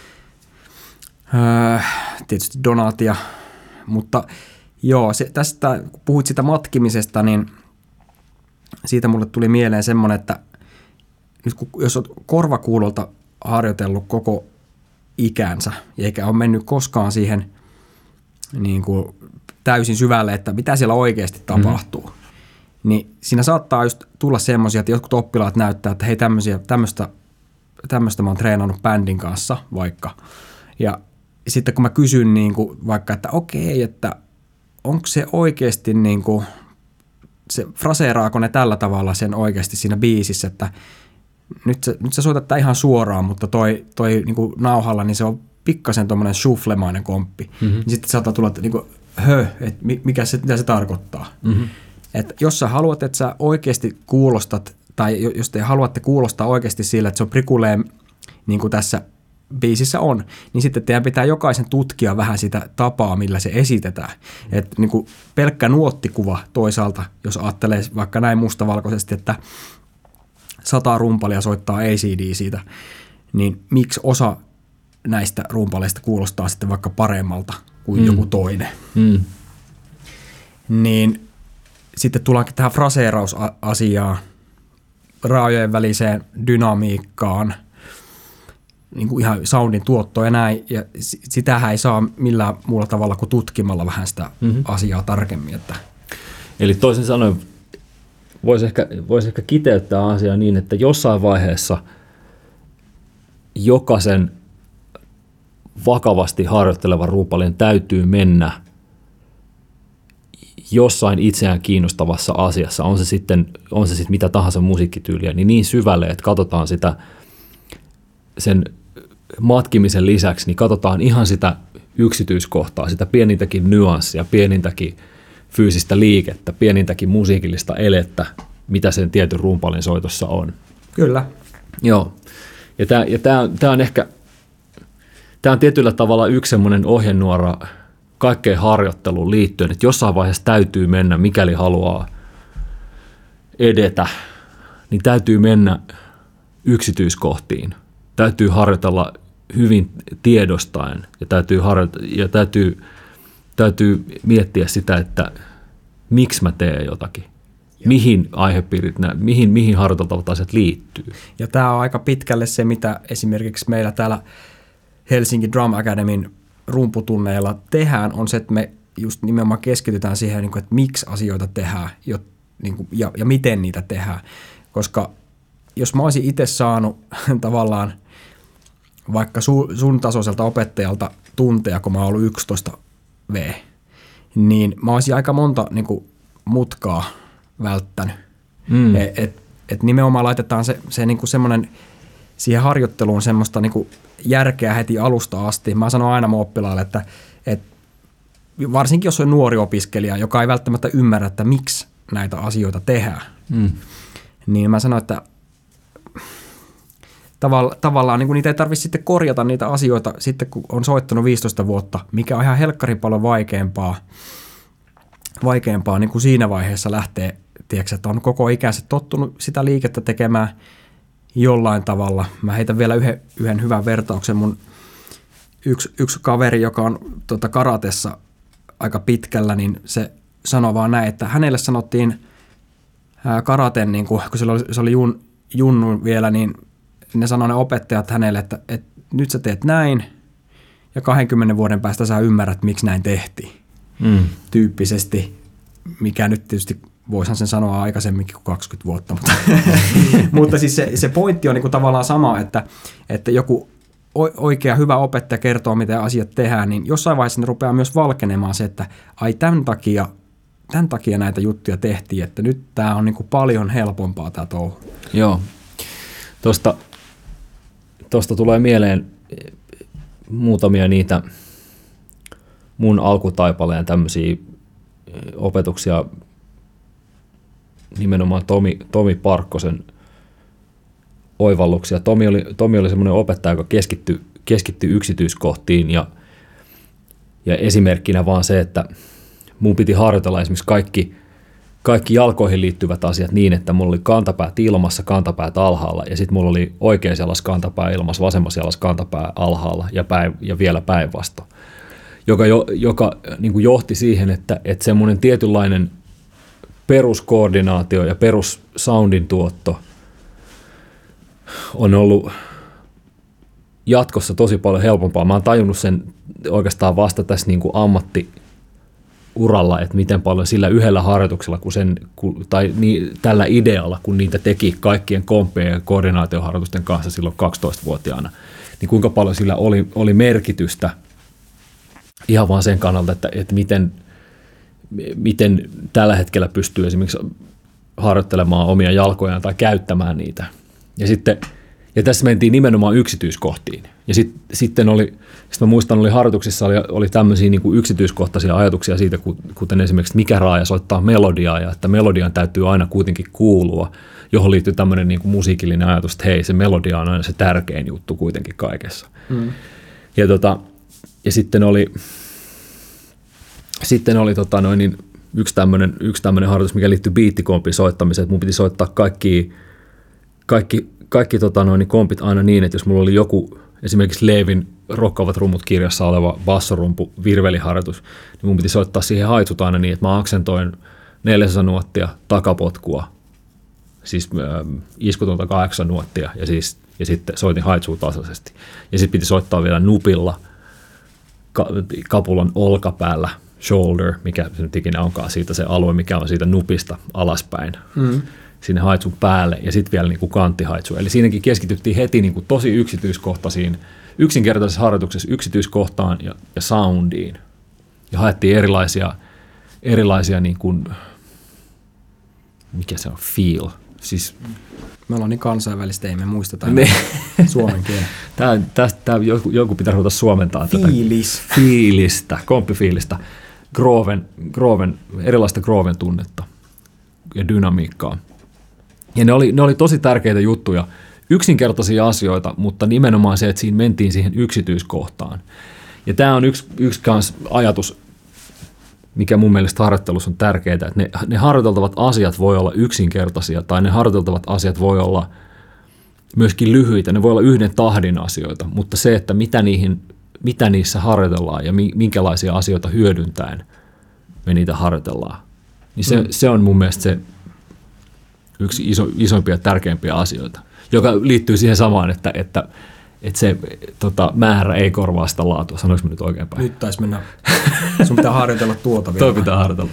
tietysti donaatia, mutta joo, tästä kun puhuit sitä matkimisesta, niin siitä mulle tuli mieleen semmoinen, että nyt jos olet korvakuulolta harjoitellut koko ikänsä, eikä ole mennyt koskaan siihen niin kuin täysin syvälle, että mitä siellä oikeasti tapahtuu, niin siinä saattaa just tulla semmoisia, että jotkut oppilaat näyttää, että hei tämmöistä mä oon treenannut bändin kanssa vaikka. Ja sitten kun mä kysyn niin kuin vaikka, että okei, että onko se oikeasti niin kuin, se fraseeraako ne tällä tavalla sen oikeasti siinä biisissä, että nyt sä soitat tää ihan suoraan, mutta toi niin kuin nauhalla, niin se on pikkasen tommonen shufflemainen komppi. Niin sitten saattaa tulla, että niin kuin, että mitä se tarkoittaa. Että jos sä haluat, että sä oikeasti kuulostat, tai jos te haluatte kuulostaa oikeasti sillä, että se on prikuleen niin kuin tässä biisissä on, niin sitten teidän pitää jokaisen tutkia vähän sitä tapaa, millä se esitetään. Että niin kuin pelkkä nuottikuva toisaalta, jos ajattelee vaikka näin mustavalkoisesti, että 100 rumpalia soittaa ACD siitä, niin miksi osa näistä rumpaleista kuulostaa sitten vaikka paremmalta kuin joku toinen. Niin sitten tullaankin tähän fraseerausasiaan, raajojen väliseen dynamiikkaan, niin kuin ihan soundin tuottoa ja näin, ja sitähän ei saa millään muulla tavalla kuin tutkimalla vähän sitä asiaa tarkemmin. Että. Eli toisin sanoen voisi ehkä kiteyttää asiaa niin, että jossain vaiheessa jokaisen vakavasti harjoittelevan rumpalin täytyy mennä jossain itseään kiinnostavassa asiassa, on se sitten mitä tahansa musiikkityyliä, niin syvälle, että katsotaan sitä sen matkimisen lisäksi, niin katsotaan ihan sitä yksityiskohtaa, sitä pienintäkin nyanssia, pienintäkin fyysistä liikettä, pienintäkin musiikillista elettä, mitä sen tietyn rumpalin soitossa on. Kyllä. Joo. Ja tämä on ehkä, tämä on tietyllä tavalla yksi semmoinen ohjenuora kaikkeen harjoitteluun liittyen, että jossain vaiheessa täytyy mennä, mikäli haluaa edetä, niin täytyy mennä yksityiskohtiin. Täytyy harjoitella hyvin tiedostaen ja täytyy miettiä sitä, että miksi mä teen jotakin. Mihin aihepiirit, mihin harjoiteltavat asiat liittyy. Ja tämä on aika pitkälle se, mitä esimerkiksi meillä täällä Helsinki Drum Academyn rumputunneilla tehdään, on se, että me just nimenomaan keskitytään siihen, että miksi asioita tehdään ja miten niitä tehdään. Koska jos mä olisin itse saanut tavallaan vaikka sun tasoiselta opettajalta tunteja, kun mä oon ollut 11 V, niin mä olisin aika monta niin kuin, mutkaa välttänyt. Et nimenomaan laitetaan se niin kuin semmoinen siihen harjoitteluun semmoista niin kuin järkeä heti alusta asti. Mä sanon aina mun oppilaalle, että varsinkin jos on nuori opiskelija, joka ei välttämättä ymmärrä, että miksi näitä asioita tehdään, niin mä sanon, että tavallaan niin kuin niitä ei tarvitse sitten korjata niitä asioita sitten, kun on soittanut 15 vuotta, mikä on ihan helkkarin paljon vaikeampaa niin kuin siinä vaiheessa lähtee, tiedätkö, että on koko ikänsä tottunut sitä liikettä tekemään jollain tavalla. Mä heitän vielä yhden hyvän vertauksen. Mun yksi kaveri, joka on karatessa aika pitkällä, niin se sanoi vaan näin, että hänelle sanottiin karaten, niin kun se oli junnu vielä, niin ne sanoi ne opettajat hänelle, että nyt sä teet näin ja 20 vuoden päästä sä ymmärrät, miksi näin tehtiin. Tyyppisesti, mikä nyt tietysti voisihan sen sanoa aikaisemminkin kuin 20 vuotta, mutta siis se pointti on niin kuin tavallaan sama, että joku oikea hyvä opettaja kertoo, miten asiat tehdään, niin jossain vaiheessa ne rupeaa myös valkenemaan se, että ai tämän takia näitä juttuja tehtiin, että nyt tämä on niin kuin paljon helpompaa tämä touhu. Joo. Tuosta tulee mieleen muutamia niitä mun alkutaipaleen tämmöisiä opetuksia nimenomaan Tomi Parkkosen oivalluksia. Tomi oli semmoinen opettaja, joka keskittyi yksityiskohtiin ja Ja esimerkkinä vaan se, että mun piti harjoitella esimerkiksi kaikki jalkoihin liittyvät asiat niin, että mulla oli kantapäät ilmassa, kantapäät alhaalla ja sitten mulla oli oikea jalas kantapää ilmassa, vasemmassa jalas kantapää alhaalla ja vielä päinvastoin, joka niin kuin johti siihen, että semmoinen tietynlainen peruskoordinaatio ja perussoundin tuotto on ollut jatkossa tosi paljon helpompaa. Mä oon tajunnut sen oikeastaan vasta tässä niin kuin ammattiuralla, että miten paljon sillä yhdellä harjoituksella tällä idealla, kun niitä teki kaikkien komppien ja koordinaatioharjoitusten kanssa silloin 12-vuotiaana, niin kuinka paljon sillä oli merkitystä ihan vaan sen kannalta, että miten tällä hetkellä pystyy esimerkiksi harjoittelemaan omia jalkojaan tai käyttämään niitä. Ja tässä mentiin nimenomaan yksityiskohtiin. Ja sitten mä muistan, oli harjoituksissa oli tämmöisiä niin kuin yksityiskohtaisia ajatuksia siitä, kuten esimerkiksi mikä raaja soittaa melodiaa, ja että melodian täytyy aina kuitenkin kuulua, johon liittyy tämmöinen niin kuin musiikillinen ajatus, että hei, se melodia on aina se tärkein juttu kuitenkin kaikessa. Ja sitten oli yksi tämmöinen harjoitus, mikä liittyy biittikompin soittamiseen, että mun piti soittaa kaikki kompit aina niin, että jos mulla oli joku esimerkiksi Leevin Rokkaavat rummut -kirjassa oleva bassorumpu virveliharjoitus, niin mun piti soittaa siihen haitsut aina niin, että mä aksentoin 400 nuottia takapotkua, siis iskutonta 8 nuottia ja sitten soitin haitsua tasaisesti. Ja sitten piti soittaa vielä nupilla kapulan olkapäällä, shoulder, mikä se nyt ikinä onkaan siitä se alue, mikä on siitä nupista alaspäin. Sinne haitsun päälle ja sitten vielä niin kuin kanttihaitsu. Eli siinäkin keskityttiin heti niin kuin tosi yksityiskohtaisiin, yksinkertaisessa harjoituksessa yksityiskohtaan ja soundiin. Ja haettiin erilaisia niin kuin, mikä se on, feel. Siis, me ollaan niin kansainvälistä, ei me muista suomen kielen. Tämä joku pitää ruveta suomentaa Fiilistä, komppifiilistä, erilaista grooven tunnetta ja dynamiikkaa. Ja ne oli tosi tärkeitä juttuja, yksinkertaisia asioita, mutta nimenomaan se, että siinä mentiin siihen yksityiskohtaan. Ja tämä on yksi kans ajatus, mikä mun mielestä harjoittelussa on tärkeää, että ne harjoiteltavat asiat voi olla yksinkertaisia tai ne harjoiteltavat asiat voi olla myöskin lyhyitä, ne voi olla yhden tahdin asioita, mutta se, että mitä niissä harjoitellaan ja minkälaisia asioita hyödyntäen me niitä harjoitellaan, niin se on mun mielestä se yksi isoimpia tärkeimpiä asioita, joka liittyy siihen samaan, että se määrä ei korvaa sitä laatua. Sanoinko mä nyt oikein päin? Nyt taisi mennä. Sun pitää harjoitella tuota vielä. Toi pitää harjoitella.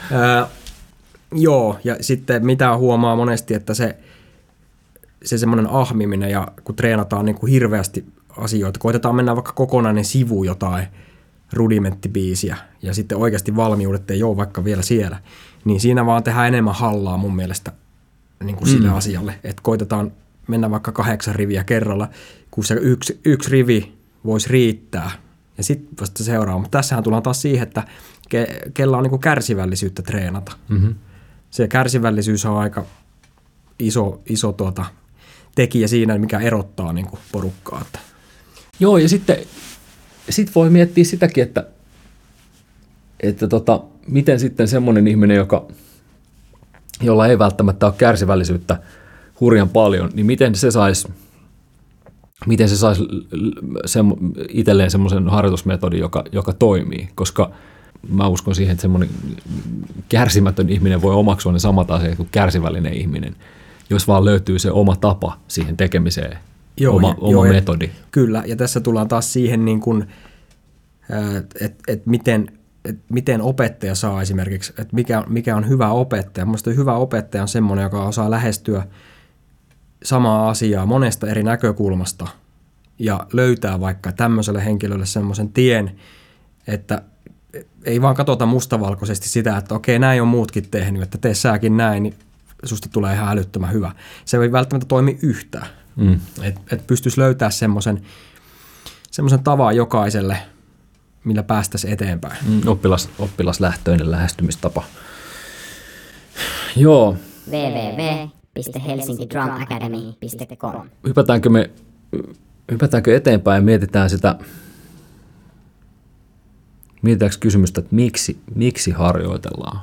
Joo, ja sitten mitä huomaa monesti, että se semmoinen ahmiminen, ja kun treenataan niin kuin hirveästi asioita, koitetaan mennä vaikka kokonainen sivu jotain rudimenttibiisiä, ja sitten oikeasti valmiudet ei ole vaikka vielä siellä, niin siinä vaan tehdään enemmän hallaa mun mielestä niin kuin sille asialle, että koitetaan mennä vaikka 8 riviä kerralla, kun se yksi rivi voisi riittää, ja sitten vasta seuraava. Mutta tässähän tullaan taas siihen, että kella on niin kuin kärsivällisyyttä treenata. Mm-hmm. Se kärsivällisyys on aika iso tekijä siinä, mikä erottaa niin kuin porukkaa. Joo, ja sitten voi miettiä sitäkin, että miten sitten semmoinen ihminen, jolla ei välttämättä ole kärsivällisyyttä hurjan paljon, niin miten se saisi itselleen semmoisen harjoitusmetodin, joka toimii, koska mä uskon siihen, että semmoinen kärsimätön ihminen voi omaksua ne samat asiat kuin kärsivällinen ihminen, jos vaan löytyy se oma tapa siihen tekemiseen, oma metodi. Kyllä, ja tässä tullaan taas siihen, niin että miten opettaja saa esimerkiksi, että mikä on hyvä opettaja. Mielestäni hyvä opettaja on semmoinen, joka osaa lähestyä samaa asiaa monesta eri näkökulmasta ja löytää vaikka tämmöiselle henkilölle semmoisen tien, että ei vaan katsota mustavalkoisesti sitä, että okei, näin on muutkin tehnyt, että tee säkin näin, niin susta tulee ihan älyttömän hyvä. Se ei välttämättä toimi yhtään. Että pystyisi löytää semmoisen tavan jokaiselle, millä päästäisiin eteenpäin. Oppilaslähtöinen lähestymistapa. Joo. www.helsingidrumacademy.com. Hypätäänkö eteenpäin ja mietitään Mietitäänkö kysymystä, että miksi harjoitellaan?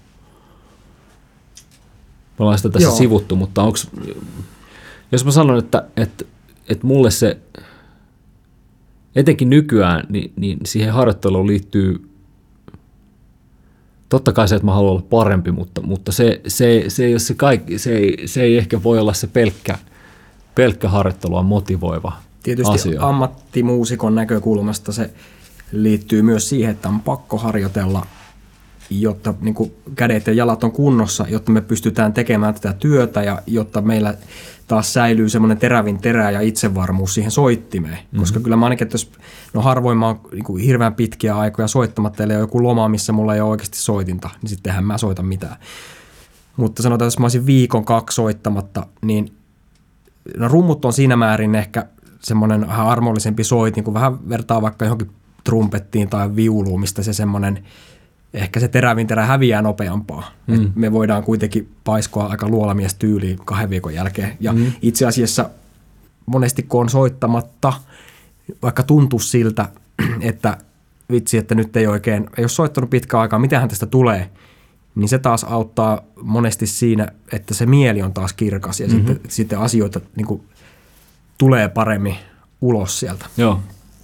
Me ollaan sitä tässä sivuttu, mutta jos mä sanon, että mulle se, etenkin nykyään, niin siihen harjoitteluun liittyy totta kai se, että mä haluan olla parempi, mutta se ei ole se kaikki, se ei ehkä voi olla se pelkkä harjoittelua motivoiva tietysti asia. Ammattimuusikon näkökulmasta se liittyy myös siihen, että on pakko harjoitella, jotta niin kuin kädet ja jalat on kunnossa, jotta me pystytään tekemään tätä työtä ja jotta meillä taas säilyy semmoinen terävin terä ja itsevarmuus siihen soittimeen. Mm-hmm. Koska kyllä mä ainakin, että jos harvoin mä oon niin kuin hirveän pitkiä aikoja soittamatta, eli joku loma, missä mulla ei ole oikeasti soitinta, niin sittenhän mä soitan mitään. Mutta sanotaan, että jos mä olisin 1-2 soittamatta, niin rummut on siinä määrin ehkä semmoinen vähän armollisempi soitin, kun vähän vertaa vaikka johonkin trumpettiin tai viuluun, mistä se semmoinen, ehkä se terävin terä häviää nopeampaa. Et me voidaan kuitenkin paiskoa aika luolamiestyyliin 2 viikon jälkeen. Ja itse asiassa monesti kun on soittamatta, vaikka tuntuu siltä, että vitsi, että nyt ei oikein, ei ole soittanut pitkään aikaa, mitähän tästä tulee, niin se taas auttaa monesti siinä, että se mieli on taas kirkas ja sitten asioita niin kuin tulee paremmin ulos sieltä. Joo.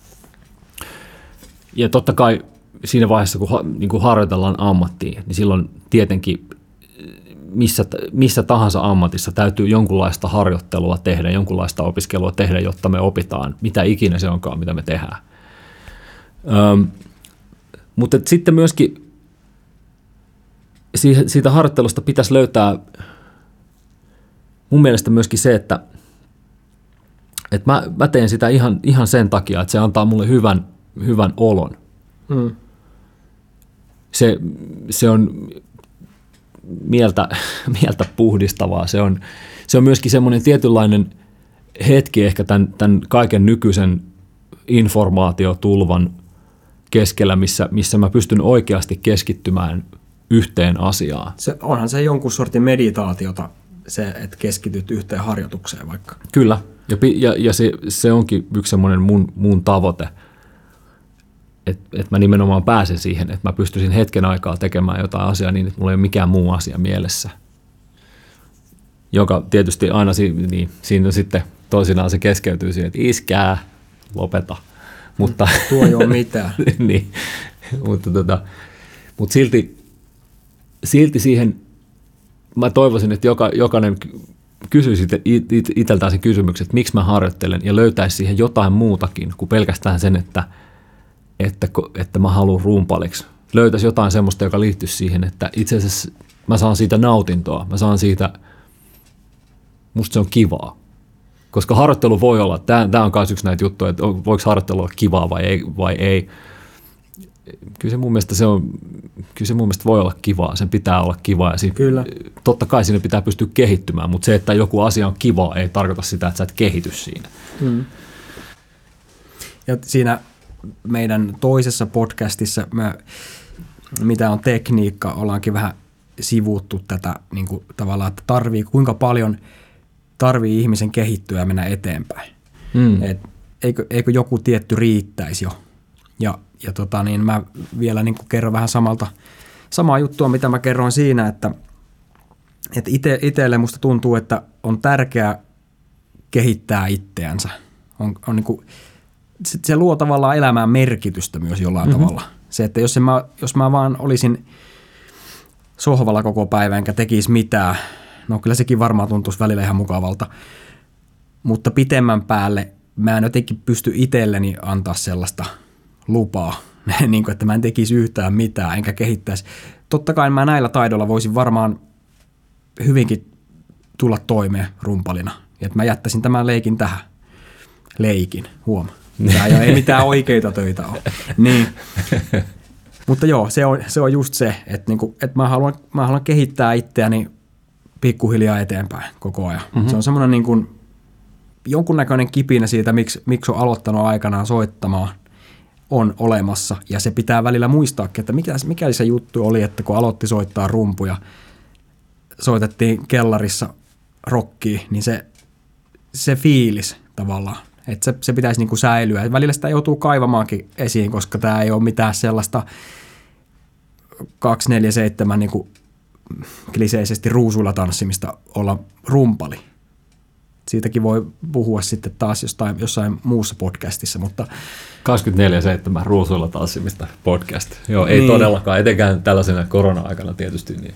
Ja totta kai siinä vaiheessa, kun niin kuin harjoitellaan ammattiin, niin silloin tietenkin missä tahansa ammatissa täytyy jonkunlaista harjoittelua tehdä, jonkunlaista opiskelua tehdä, jotta me opitaan, mitä ikinä se onkaan, mitä me tehdään. Mutta sitten myöskin siitä harjoittelusta pitäisi löytää mun mielestä myöskin se, että mä teen sitä ihan sen takia, että se antaa mulle hyvän olon. Se on mieltä puhdistavaa. Se on myöskin semmoinen tietynlainen hetki ehkä tämän kaiken nykyisen informaatiotulvan keskellä, missä mä pystyn oikeasti keskittymään yhteen asiaan. Onhan se jonkun sortin meditaatiota, se, että keskityt yhteen harjoitukseen vaikka. Kyllä, ja se onkin yksi semmoinen mun tavoite, että mä nimenomaan pääsen siihen, että mä pystyisin hetken aikaa tekemään jotain asiaa niin, että mulla ei ole mikään muu asia mielessä. Joka tietysti aina siinä sitten toisinaan se keskeytyy siihen, että iskää, lopeta. Mutta, tuo ei ole mitään. Niin, mutta silti siihen mä toivoisin, että jokainen kysyisi itseltään sen kysymyksen, että miksi mä harjoittelen ja löytäisi siihen jotain muutakin kuin pelkästään sen, että mä haluan rumpaliksi. Löytäisi jotain semmoista, joka liittyisi siihen, että itse asiassa mä saan siitä nautintoa, mä saan siitä, musta se on kivaa. Koska harjoittelu voi olla, tämä on myös yksi näitä juttuja, että voiko harjoittelu olla kivaa vai ei. Kyllä se mun mielestä voi olla kivaa, sen pitää olla kivaa. Ja kyllä. Totta kai siinä pitää pystyä kehittymään, mutta se, että joku asia on kivaa, ei tarkoita sitä, että sä et kehity siinä. Ja siinä meidän toisessa podcastissa, mitä on tekniikka, ollaankin vähän sivuttu tätä niin kuin tavallaan, että kuinka paljon tarvii ihmisen kehittyä ja mennä eteenpäin. Eikö joku tietty riittäisi jo? Ja mä vielä niin kuin kerron vähän samaa juttua, mitä mä kerroin siinä, että itselle musta tuntuu, että on tärkeää kehittää itseänsä. On niin kuin, se luo tavallaan elämään merkitystä myös jollain tavalla. Se, että jos mä vaan olisin sohvalla koko päivän enkä tekisi mitään, no kyllä sekin varmaan tuntuisi välillä ihan mukavalta, mutta pitemmän päälle mä en jotenkin pysty itselleni antaa sellaista lupaa, niin kuin, että mä en tekisi yhtään mitään enkä kehittäisi. Totta kai mä näillä taidoilla voisin varmaan hyvinkin tulla toimeen rumpalina, että mä jättäisin tämän leikin tähän. Huom. Ei mitään oikeita töitä ole. Niin. Mutta joo, se on just se, että, niinku, että mä haluan kehittää itseäni pikkuhiljaa eteenpäin koko ajan. Se on semmoinen niin kuin jonkunnäköinen kipinä siitä, miksi on aloittanut aikanaan soittamaan, on olemassa. Ja se pitää välillä muistaakin, että mikä se juttu oli, että kun aloitti soittaa rumpuja, soitettiin kellarissa rockia, niin se fiilis tavallaan, Että se pitäisi niin kuin säilyä. Välillä sitä joutuu kaivamaankin esiin, koska tämä ei ole mitään sellaista 247 niin kuin kliseisesti ruusuilla tanssimista olla rumpali. Siitäkin voi puhua sitten taas jossain muussa podcastissa, mutta 24/7 ruusuilla tanssimista podcast. Joo, ei todellakaan, etenkään tällaisena korona-aikana tietysti. Niin.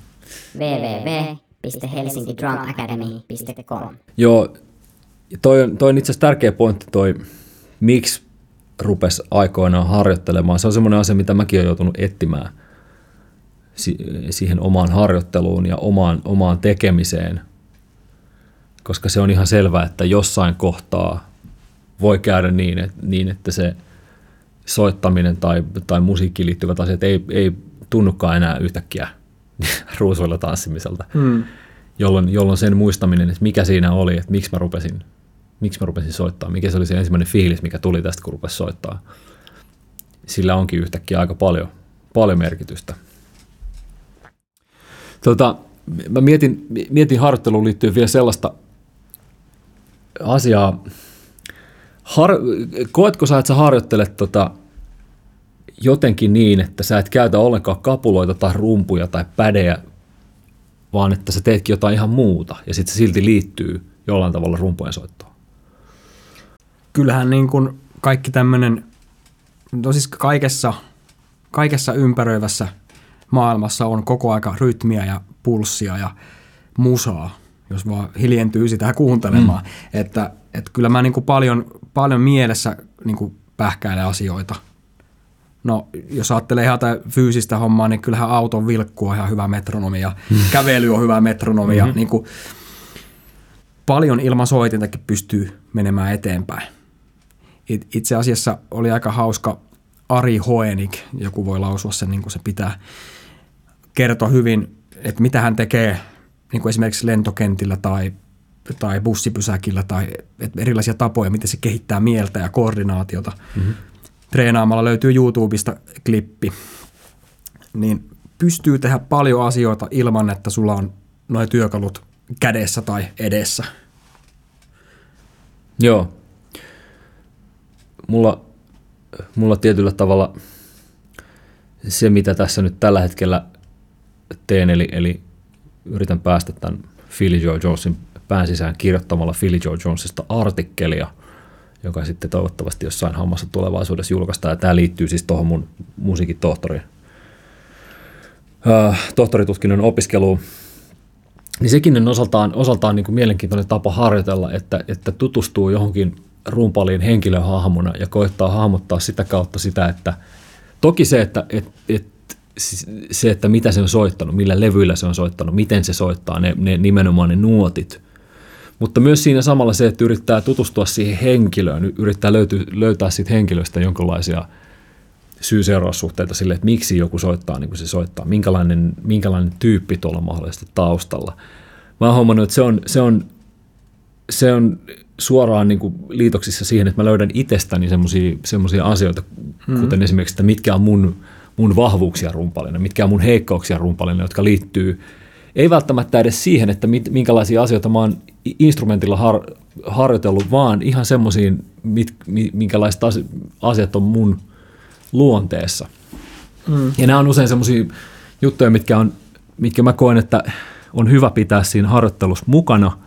www.helsingidrumacademy.com. Joo, toi on itse asiassa tärkeä pointti miksi rupesi aikoinaan harjoittelemaan. Se on semmoinen asia, mitä mäkin olen joutunut etsimään siihen omaan harjoitteluun ja omaan tekemiseen, koska se on ihan selvää, että jossain kohtaa voi käydä niin että se soittaminen tai musiikkiin liittyvät asiat ei tunnukaan enää yhtäkkiä ruusuilla tanssimiselta, jolloin sen muistaminen, että mikä siinä oli, että miksi mä rupesin soittaa, mikä se oli se ensimmäinen fiilis, mikä tuli tästä, kun rupesi soittaa. Sillä onkin yhtäkkiä aika paljon merkitystä. Mä mietin harjoitteluun liittyen vielä sellaista asiaa. Koetko sä, että sä harjoittelet jotenkin niin, että sä et käytä ollenkaan kapuloita tai rumpuja tai pädejä, vaan että sä teetkin jotain ihan muuta ja sitten se silti liittyy jollain tavalla rumpujen soittoon? Kyllähän niin kuin kaikki tämmöinen, siis kaikessa ympäröivässä maailmassa on koko aika rytmiä ja pulssia ja musaa, jos vaan hiljentyy sitä kuuntelemaan. Että kyllä mä niin kuin paljon mielessä niin kuin pähkäilen asioita. No, jos ajattelee ihan fyysistä hommaa, niin kyllähän auton vilkku on ihan hyvä metronomi ja kävely on hyvä metronomi. Ja niin kuin paljon ilman soitintakin pystyy menemään eteenpäin. Itse asiassa oli aika hauska Ari Hoenig, joku voi lausua sen niin kuin se pitää, kertoa hyvin, että mitä hän tekee niin kuin esimerkiksi lentokentillä tai bussipysäkillä tai erilaisia tapoja, miten se kehittää mieltä ja koordinaatiota. Treenaamalla löytyy YouTubesta klippi. Niin pystyy tehdä paljon asioita ilman, että sulla on nuo työkalut kädessä tai edessä. Joo. Mulla tietyllä tavalla se, mitä tässä nyt tällä hetkellä teen, eli yritän päästä tämän Philly Joe Jonesin pään sisään kirjoittamalla Philly Joe Jonesista artikkelia, joka sitten toivottavasti jossain hammassa tulevaisuudessa julkaistaan. Ja tämä liittyy siis tuohon mun musiikin tohtoritutkinnon opiskeluun. Niin sekin on osaltaan niin kuin mielenkiintoinen tapa harjoitella, että tutustuu johonkin rumpaliin henkilöhahmona ja koettaa hahmottaa sitä kautta sitä, että toki se, että mitä se on soittanut, millä levyillä se on soittanut, miten se soittaa, ne nimenomaan ne nuotit. Mutta myös siinä samalla se, että yrittää tutustua siihen henkilöön, yrittää löytää siitä henkilöstä jonkinlaisia syy-seuraussuhteita sille, että miksi joku soittaa niin kuin se soittaa, minkälainen tyyppi tuolla mahdollisesti taustalla. Mä oon huomannut, että se on suoraan niin kuin liitoksissa siihen, että mä löydän itsestäni semmoisia asioita, kuten esimerkiksi, että mitkä on mun vahvuuksia rumpalina, mitkä on mun heikkouksia rumpalina, jotka liittyy ei välttämättä edes siihen, että minkälaisia asioita mä oon instrumentilla harjoitellut, vaan ihan semmoisiin, minkälaiset asiat on mun luonteessa. Ja nämä on usein semmoisia juttuja, mitkä mä koen, että on hyvä pitää siinä harjoittelussa mukana.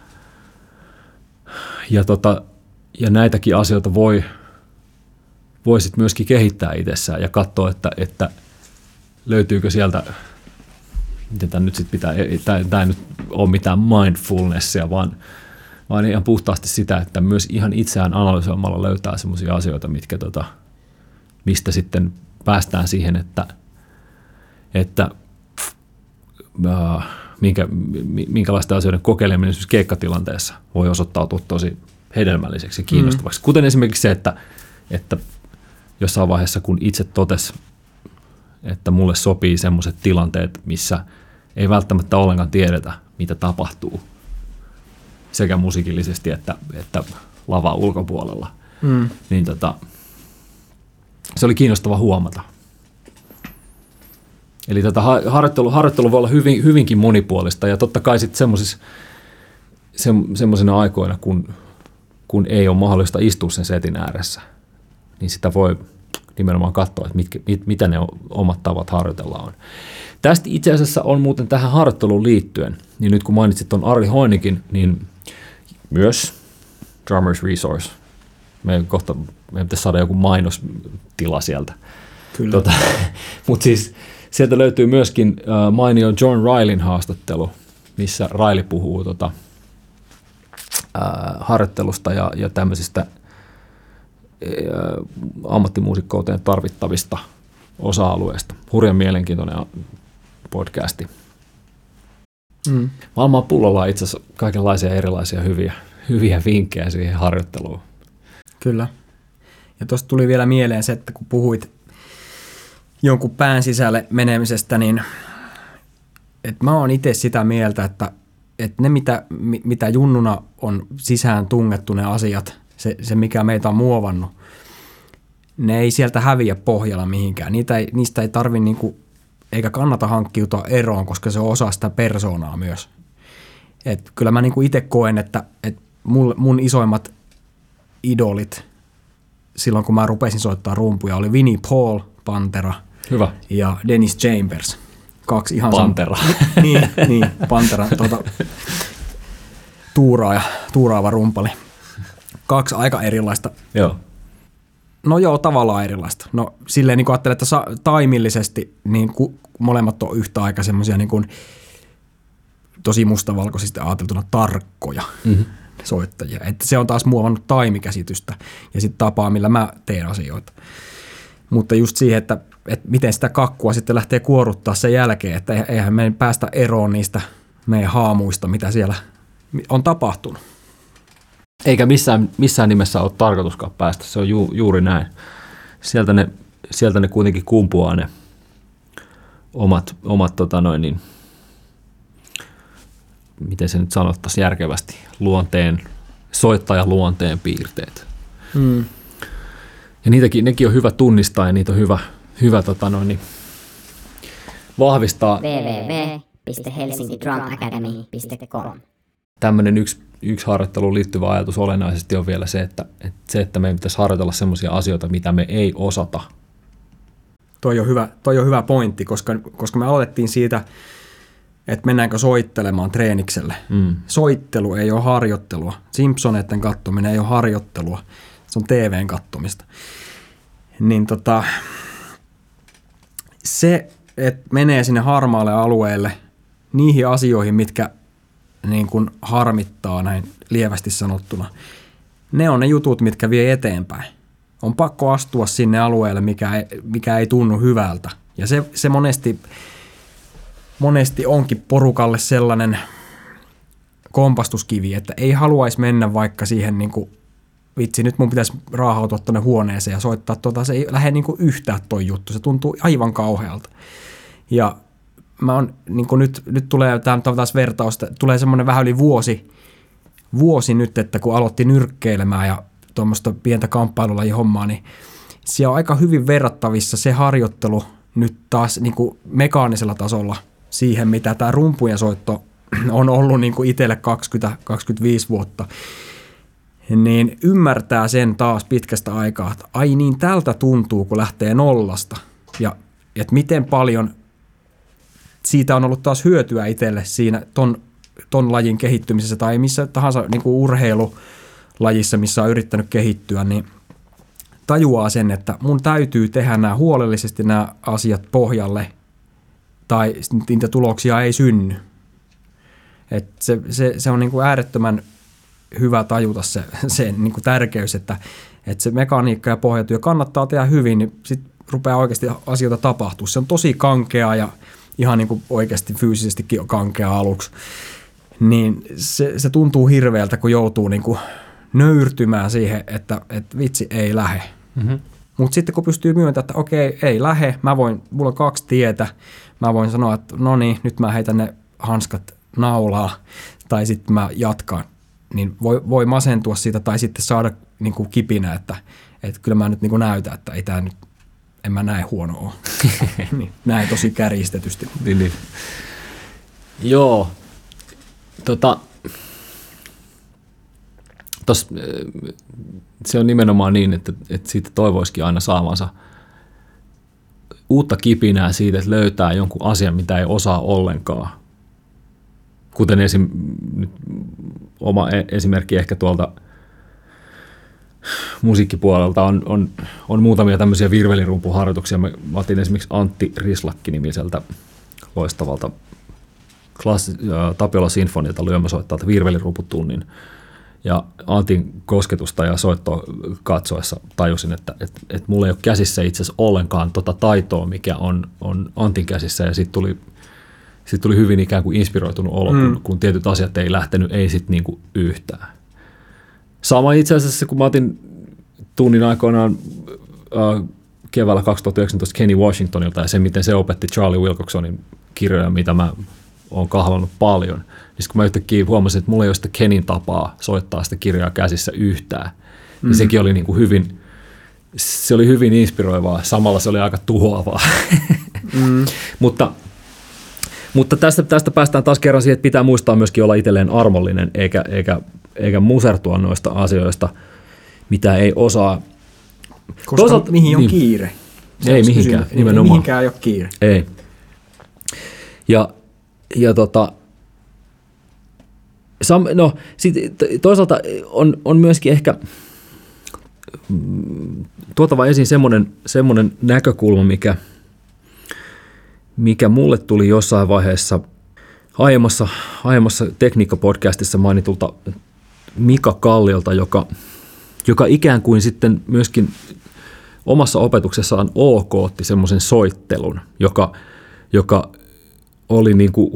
Ja näitäkin asioita voi sitten myöskin kehittää itsessään ja katsoa, että löytyykö sieltä, miten tämä nyt sitten pitää, tämä ei nyt ole mitään mindfulnessia, vaan ihan puhtaasti sitä, että myös ihan itseään analysoimalla löytää semmoisia asioita, mistä sitten päästään siihen, että minkälaisten asioiden kokeileminen esimerkiksi keikkatilanteessa voi osoittautua tosi hedelmälliseksi ja kiinnostavaksi. Kuten esimerkiksi se, että jossain vaiheessa, kun itse totesi, että mulle sopii semmoiset tilanteet, missä ei välttämättä ollenkaan tiedetä, mitä tapahtuu sekä musiikillisesti että lavan ulkopuolella, niin se oli kiinnostava huomata. Eli tätä harjoittelu voi olla hyvinkin monipuolista ja totta kai sitten semmoisina aikoina, kun kun ei ole mahdollista istua sen setin ääressä, niin sitä voi nimenomaan katsoa, että mitä ne omat tavat harjoitella on. Tästä itse asiassa on muuten tähän harjoitteluun liittyen, niin nyt kun mainitsit tuon Ari Hoinikin, niin myös Drummers Resource. Meidän pitäisi saada joku mainostila sieltä. Kyllä. Mutta siis sieltä löytyy myöskin mainio John Rileyn haastattelu, missä Riley puhuu harjoittelusta ja tämmöisistä ammattimuusikkouteen tarvittavista osa-alueista. Hurjan mielenkiintoinen podcasti. Maailman pullolla on itse asiassa kaikenlaisia erilaisia hyviä vinkkejä siihen harjoitteluun. Kyllä. Ja tuosta tuli vielä mieleen se, että kun puhuit jonkun pään sisälle menemisestä, niin että mä oon itse sitä mieltä, että ne mitä junnuna on sisään tungettu ne asiat, se mikä meitä on muovannut, ne ei sieltä häviä pohjalla mihinkään. Niistä ei tarvi eikä kannata hankkiutua eroon, koska se on osa sitä persoonaa myös. Et kyllä mä itse koen, että mun isoimmat idolit silloin, kun mä rupesin soittaa rumpuja, oli Vinnie Paul, Pantera, hyvä, ja Dennis Chambers. Kaksi ihan Pantera. Niin, Pantera, tuuraava rumpali. Kaksi aika erilaista. Joo. No joo, tavallaan erilaista. No silleen niin kuin ajattelen, että taimillisesti niin molemmat on yhtä aika semmoisia niin kuin tosi mustavalkoisesti ajateltuna tarkkoja soittajia. Että se on taas muovannut taimikäsitystä ja sitten tapaa, millä mä teen asioita. Mutta just siihen, että miten sitä kakkua sitten lähtee kuoruttaa sen jälkeen, että eihän me päästä eroon niistä meidän haamuista, mitä siellä on tapahtunut. Eikä missään nimessä ole tarkoituskaan päästä, se on juuri näin. Sieltä ne kuitenkin kumpuaa ne omat miten se nyt sanottaisiin järkevästi, soittajan luonteen piirteet. Ja nekin on hyvä tunnistaa ja niitä on hyvä vahvistaa. www.helsingidrumacademy.com. Tämmöinen yksi harjoitteluun liittyvä ajatus olennaisesti on vielä se, että meidän pitäisi harjoitella semmoisia asioita, mitä me ei osata. Toi on hyvä pointti, koska me aloitettiin siitä, että mennäänkö soittelemaan treenikselle. Soittelu ei ole harjoittelua. Simpsoneiden katsominen ei ole harjoittelua. Se on TVn katsomista. Niin se, että menee sinne harmaalle alueelle niihin asioihin, mitkä niin kuin harmittaa näin lievästi sanottuna, ne on ne jutut, mitkä vie eteenpäin. On pakko astua sinne alueelle, mikä ei tunnu hyvältä. Ja se monesti onkin porukalle sellainen kompastuskivi, että ei haluaisi mennä vaikka siihen niin kuin, vitsi, nyt mun pitäisi raahautua tuonne huoneeseen ja soittaa se ei lähde niin kuin yhtään toi juttu, se tuntuu aivan kauhealta. Ja mä oon, niin kuin nyt tulee taas vertausta, tulee semmoinen vähän yli vuosi nyt, että kun aloitti nyrkkeilemään ja tuommoista pientä kamppailulajihommaa, niin se on aika hyvin verrattavissa se harjoittelu nyt taas niin kuin mekaanisella tasolla siihen, mitä tämä rumpujen soitto on ollut niin kuin itselle 20-25 vuotta. Niin ymmärtää sen taas pitkästä aikaa, että ai niin tältä tuntuu, kun lähtee nollasta. Ja että miten paljon siitä on ollut taas hyötyä itselle siinä ton lajin kehittymisessä tai missä tahansa niin kuin urheilulajissa, missä on yrittänyt kehittyä, niin tajuaa sen, että mun täytyy tehdä nämä huolellisesti nämä asiat pohjalle tai niitä tuloksia ei synny. Et se on niin kuin äärettömän hyvä tajuta se niin kuin tärkeys, että se mekaniikka ja pohjatyö kannattaa tehdä hyvin, niin sitten rupeaa oikeasti asioita tapahtua. Se on tosi kankea ja ihan niin kuin oikeasti fyysisestikin kankea aluksi. Niin se tuntuu hirveältä, kun joutuu niin kuin nöyrtymään siihen, että vitsi ei lähe. Mutta sitten kun pystyy myöntämään, että okei, ei lähe, mulla on 2 tietä, mä voin sanoa, että no niin, nyt mä heitän ne hanskat naulaa, tai sitten mä jatkan, niin voi masentua siitä, tai sitten saada niin kuin kipinä, että kyllä mä nyt niin kuin näytän, että ei tää nyt, en mä näe huono ole. Niin, näin tosi kärjistetysti. Niin. Joo, se on nimenomaan niin, että siitä toivoisikin aina saavansa uutta kipinää siitä, että löytää jonkun asian, mitä ei osaa ollenkaan. Kuten nyt oma esimerkki ehkä tuolta musiikkipuolelta on muutamia tämmöisiä virvelirumpuharjoituksia. Mä otin esimerkiksi Antti Rislakki-nimiseltä loistavalta Tapiola Sinfonialta lyömäsoittajalta virvelirumputunnin. Ja Antin kosketusta ja soittoa katsoessa tajusin, että mulla ei ole käsissä itse asiassa ollenkaan tota taitoa, mikä on Antin käsissä, ja siitä tuli hyvin ikään kuin inspiroitunut olo, kun tietyt asiat ei lähtenyt, ei sitten niinku yhtään. Sama itse asiassa, kun mä otin tunnin aikoinaan keväällä 2019 Kenny Washingtonilta ja se, miten se opetti Charlie Wilcoxonin kirjoja, mitä mä oon kahvannut paljon, niin kun mä yhtäkkiä huomasin, että mulla ei ole sitä Kenin tapaa soittaa sitä kirjaa käsissä yhtään, niin sekin oli niinku se oli hyvin inspiroivaa, samalla se oli aika tuhoavaa. Mutta tästä päästään taas kerran siihen, että pitää muistaa myöskin olla itselleen armollinen, eikä musertua noista asioista, mitä ei osaa. Koska toisaalta, mihin on kiire? Ei mihinkään, nimenomaan. Mihinkään ei ole kiire. Ei. Toisaalta on myöskin ehkä tuotava esiin semmoinen näkökulma, mikä mulle tuli jossain vaiheessa aiemmassa tekniikkapodcastissa mainitulta Mika Kalliolta, joka ikään kuin sitten myöskin omassa opetuksessaan ookootti semmoisen soittelun, joka oli niin kuin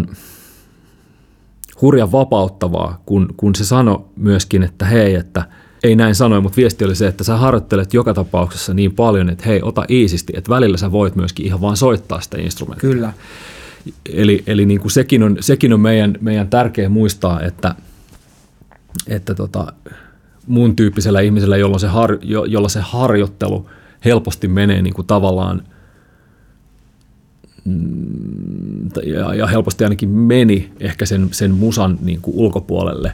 hurjan vapauttavaa, kun se sanoi myöskin, että hei, että ei näin sanoin, mutta viesti oli se, että sä harjoittelet joka tapauksessa niin paljon, että hei, ota iisisti, että välillä sä voit myöskin ihan vaan soittaa sitä instrumenttia. Kyllä. Eli niin kuin sekin on meidän tärkeä muistaa, että mun tyyppisellä ihmisellä, jolla se harjoittelu helposti menee niin kuin tavallaan, ja helposti ainakin meni ehkä sen musan niin kuin ulkopuolelle,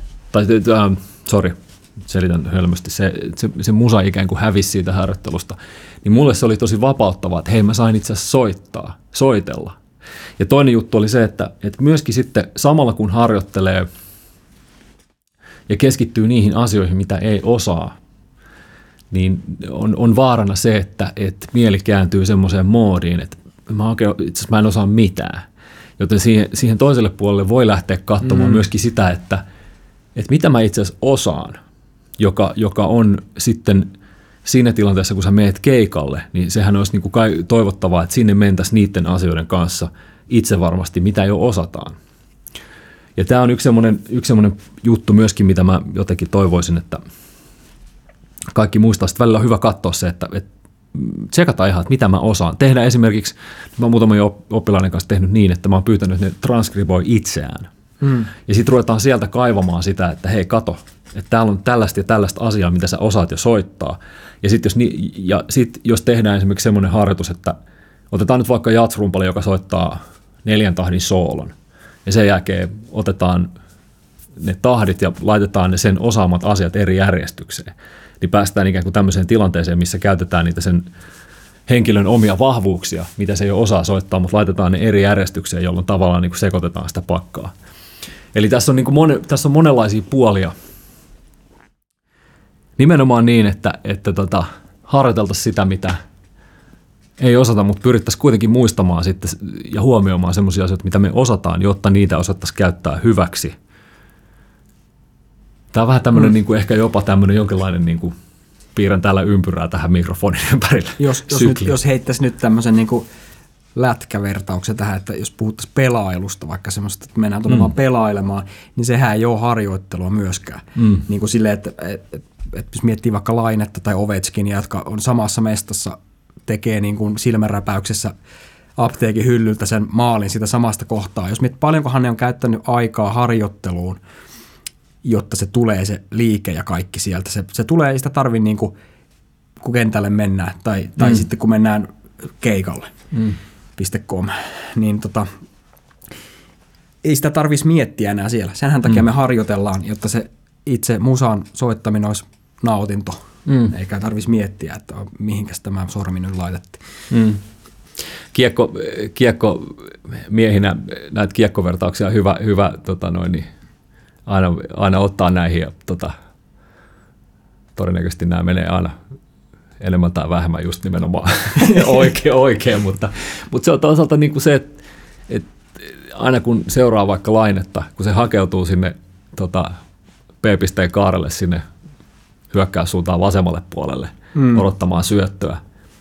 selitän hölmösti, se musa ikään kuin hävisi siitä harjoittelusta, niin mulle se oli tosi vapauttavaa, että hei, mä sain itse asiassa soitella. Ja toinen juttu oli se, että myöskin sitten samalla kun harjoittelee ja keskittyy niihin asioihin, mitä ei osaa, niin on vaarana se, että mieli kääntyy semmoiseen moodiin, että itse asiassa mä en osaa mitään. Joten siihen toiselle puolelle voi lähteä katsomaan myöskin sitä, että mitä mä itse asiassa osaan, joka on sitten siinä tilanteessa, kun sä meet keikalle, niin sehän olisi niin kuin toivottavaa, että sinne mentäisiin niiden asioiden kanssa itse varmasti, mitä jo osataan. Ja tämä on yksi semmoinen juttu myöskin, mitä mä jotenkin toivoisin, että kaikki muistaa. Sitten välillä on hyvä katsoa se, että tsekataan ihan, että mitä mä osaan. Tehdään esimerkiksi, mä oon muutaman oppilaiden kanssa tehnyt niin, että mä oon pyytänyt, että ne transkriboi itseään. Ja sitten ruvetaan sieltä kaivamaan sitä, että hei, kato, että täällä on tällaista ja tällaista asiaa, mitä sä osaat jo soittaa. Ja sitten jos tehdään esimerkiksi semmoinen harjoitus, että otetaan nyt vaikka jatsrumpali, joka soittaa 4 tahdin soolon, ja sen jälkeen otetaan ne tahdit ja laitetaan ne sen osaamat asiat eri järjestykseen, niin päästään ikään kuin tämmöiseen tilanteeseen, missä käytetään niitä sen henkilön omia vahvuuksia, mitä se jo osaa soittaa, mutta laitetaan ne eri järjestykseen, jolloin tavallaan niin kuin sekoitetaan sitä pakkaa. Eli tässä on monenlaisia puolia. Nimenomaan niin, että harjoiteltaisiin sitä, mitä ei osata, mutta pyrittäisiin kuitenkin muistamaan sitten ja huomioimaan semmoisia asioita, mitä me osataan, jotta niitä osattaisiin käyttää hyväksi. Tämä on vähän tämmöinen niin kuin ehkä jopa tämmöinen jonkinlainen, niin kuin piirrän täällä ympyrää tähän mikrofonin ympärille. Jos heittäisi nyt tämmöisen niin kuin lätkävertauksen tähän, että jos puhuttaisiin pelailusta, vaikka semmoista, että mennään tuonne vaan pelailemaan, niin sehän ei ole harjoittelua myöskään. Niin kuin silleen, että jos miettii vaikka Lainetta tai Ovechkinia, jotka on samassa mestassa, tekee niin kuin silmänräpäyksessä apteekin hyllyltä sen maalin sitä samasta kohtaa. Jos miettii, paljonkohan ne on käyttänyt aikaa harjoitteluun, jotta se tulee se liike ja kaikki sieltä. Se tulee, ei sitä tarvitse niin kuin, kun kentälle mennään tai sitten kun mennään keikalle. .com, niin ei sitä tarvitsisi miettiä enää siellä. Senhän takia me harjoitellaan, jotta se itse musan soittaminen olisi nautinto, eikä tarvitsisi miettiä, että mihinkäs tämä sormi nyt laitettiin. Kiekko miehinä näitä kiekkovertauksia on hyvä aina ottaa näihin ja todennäköisesti nämä menee aina enemmän tai vähemmän just nimenomaan oikein, mutta se on toisaalta niin kuin se, että aina kun seuraa vaikka lainetta, kun se hakeutuu sinne P-pisteen kaarelle sinne hyökkäyssuuntaan vasemmalle puolelle odottamaan syöttöä,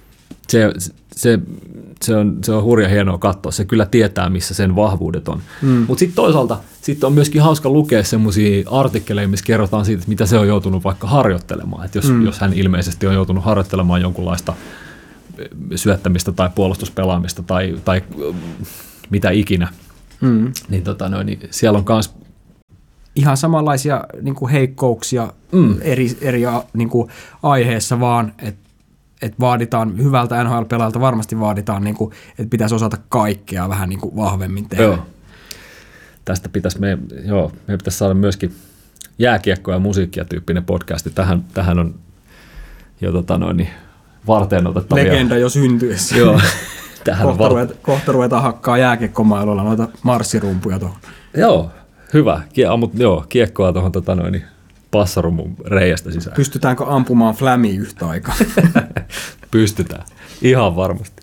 se on hurja hienoa katsoa. Se kyllä tietää, missä sen vahvuudet on. Mutta sitten toisaalta on myöskin hauska lukea semmoisia artikkeleja, missä kerrotaan siitä, että mitä se on joutunut vaikka harjoittelemaan. Et jos hän ilmeisesti on joutunut harjoittelemaan jonkunlaista syöttämistä tai puolustuspelaamista tai mitä ikinä, niin, niin siellä on myös ihan samanlaisia niin kuin heikkouksia eri niin kuin aiheessa vaan, että vaaditaan hyvältä NHL-pelaajalta, varmasti vaaditaan, niin kuin, että pitäisi osata kaikkea vähän niin kuin vahvemmin tehdä. Joo. Tästä meidän pitäisi saada myöskin jääkiekkoa ja musiikkia tyyppinen podcasti. Tähän on jo varten otettavia. Legenda jo syntyessä. Joo. Kohta ruvetaan hakkaa jääkiekkomailoilla noita marssirumpuja tuohon. Joo, hyvä. Kiekkoa tuohon passarumun reiästä sisään. Pystytäänkö ampumaan flämiä yhtä aikaa? Pystytään, ihan varmasti.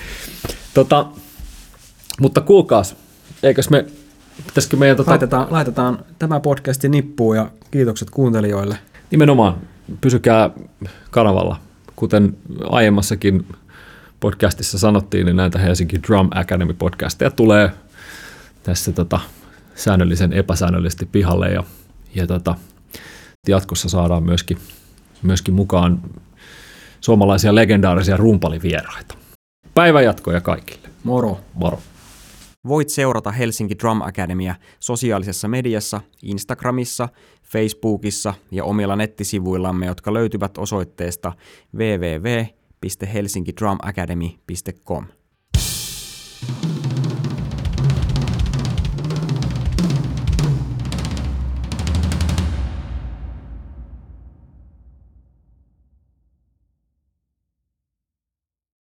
Mutta kuulkaas, pitäisikö meidän... Laitetaan tämä podcasti nippuun ja kiitokset kuuntelijoille. Nimenomaan, pysykää kanavalla. Kuten aiemmassakin podcastissa sanottiin, niin näitä Helsinki Drum Academy podcasteja tulee tässä säännöllisen epäsäännöllisesti pihalle ja jatkossa saadaan myöskin mukaan suomalaisia legendaarisia rumpalivieraita. Päivänjatkoja kaikille. Moro. Moro. Voit seurata Helsinki Drum Academya sosiaalisessa mediassa, Instagramissa, Facebookissa ja omilla nettisivuillamme, jotka löytyvät osoitteesta www.helsinkidrumacademy.com.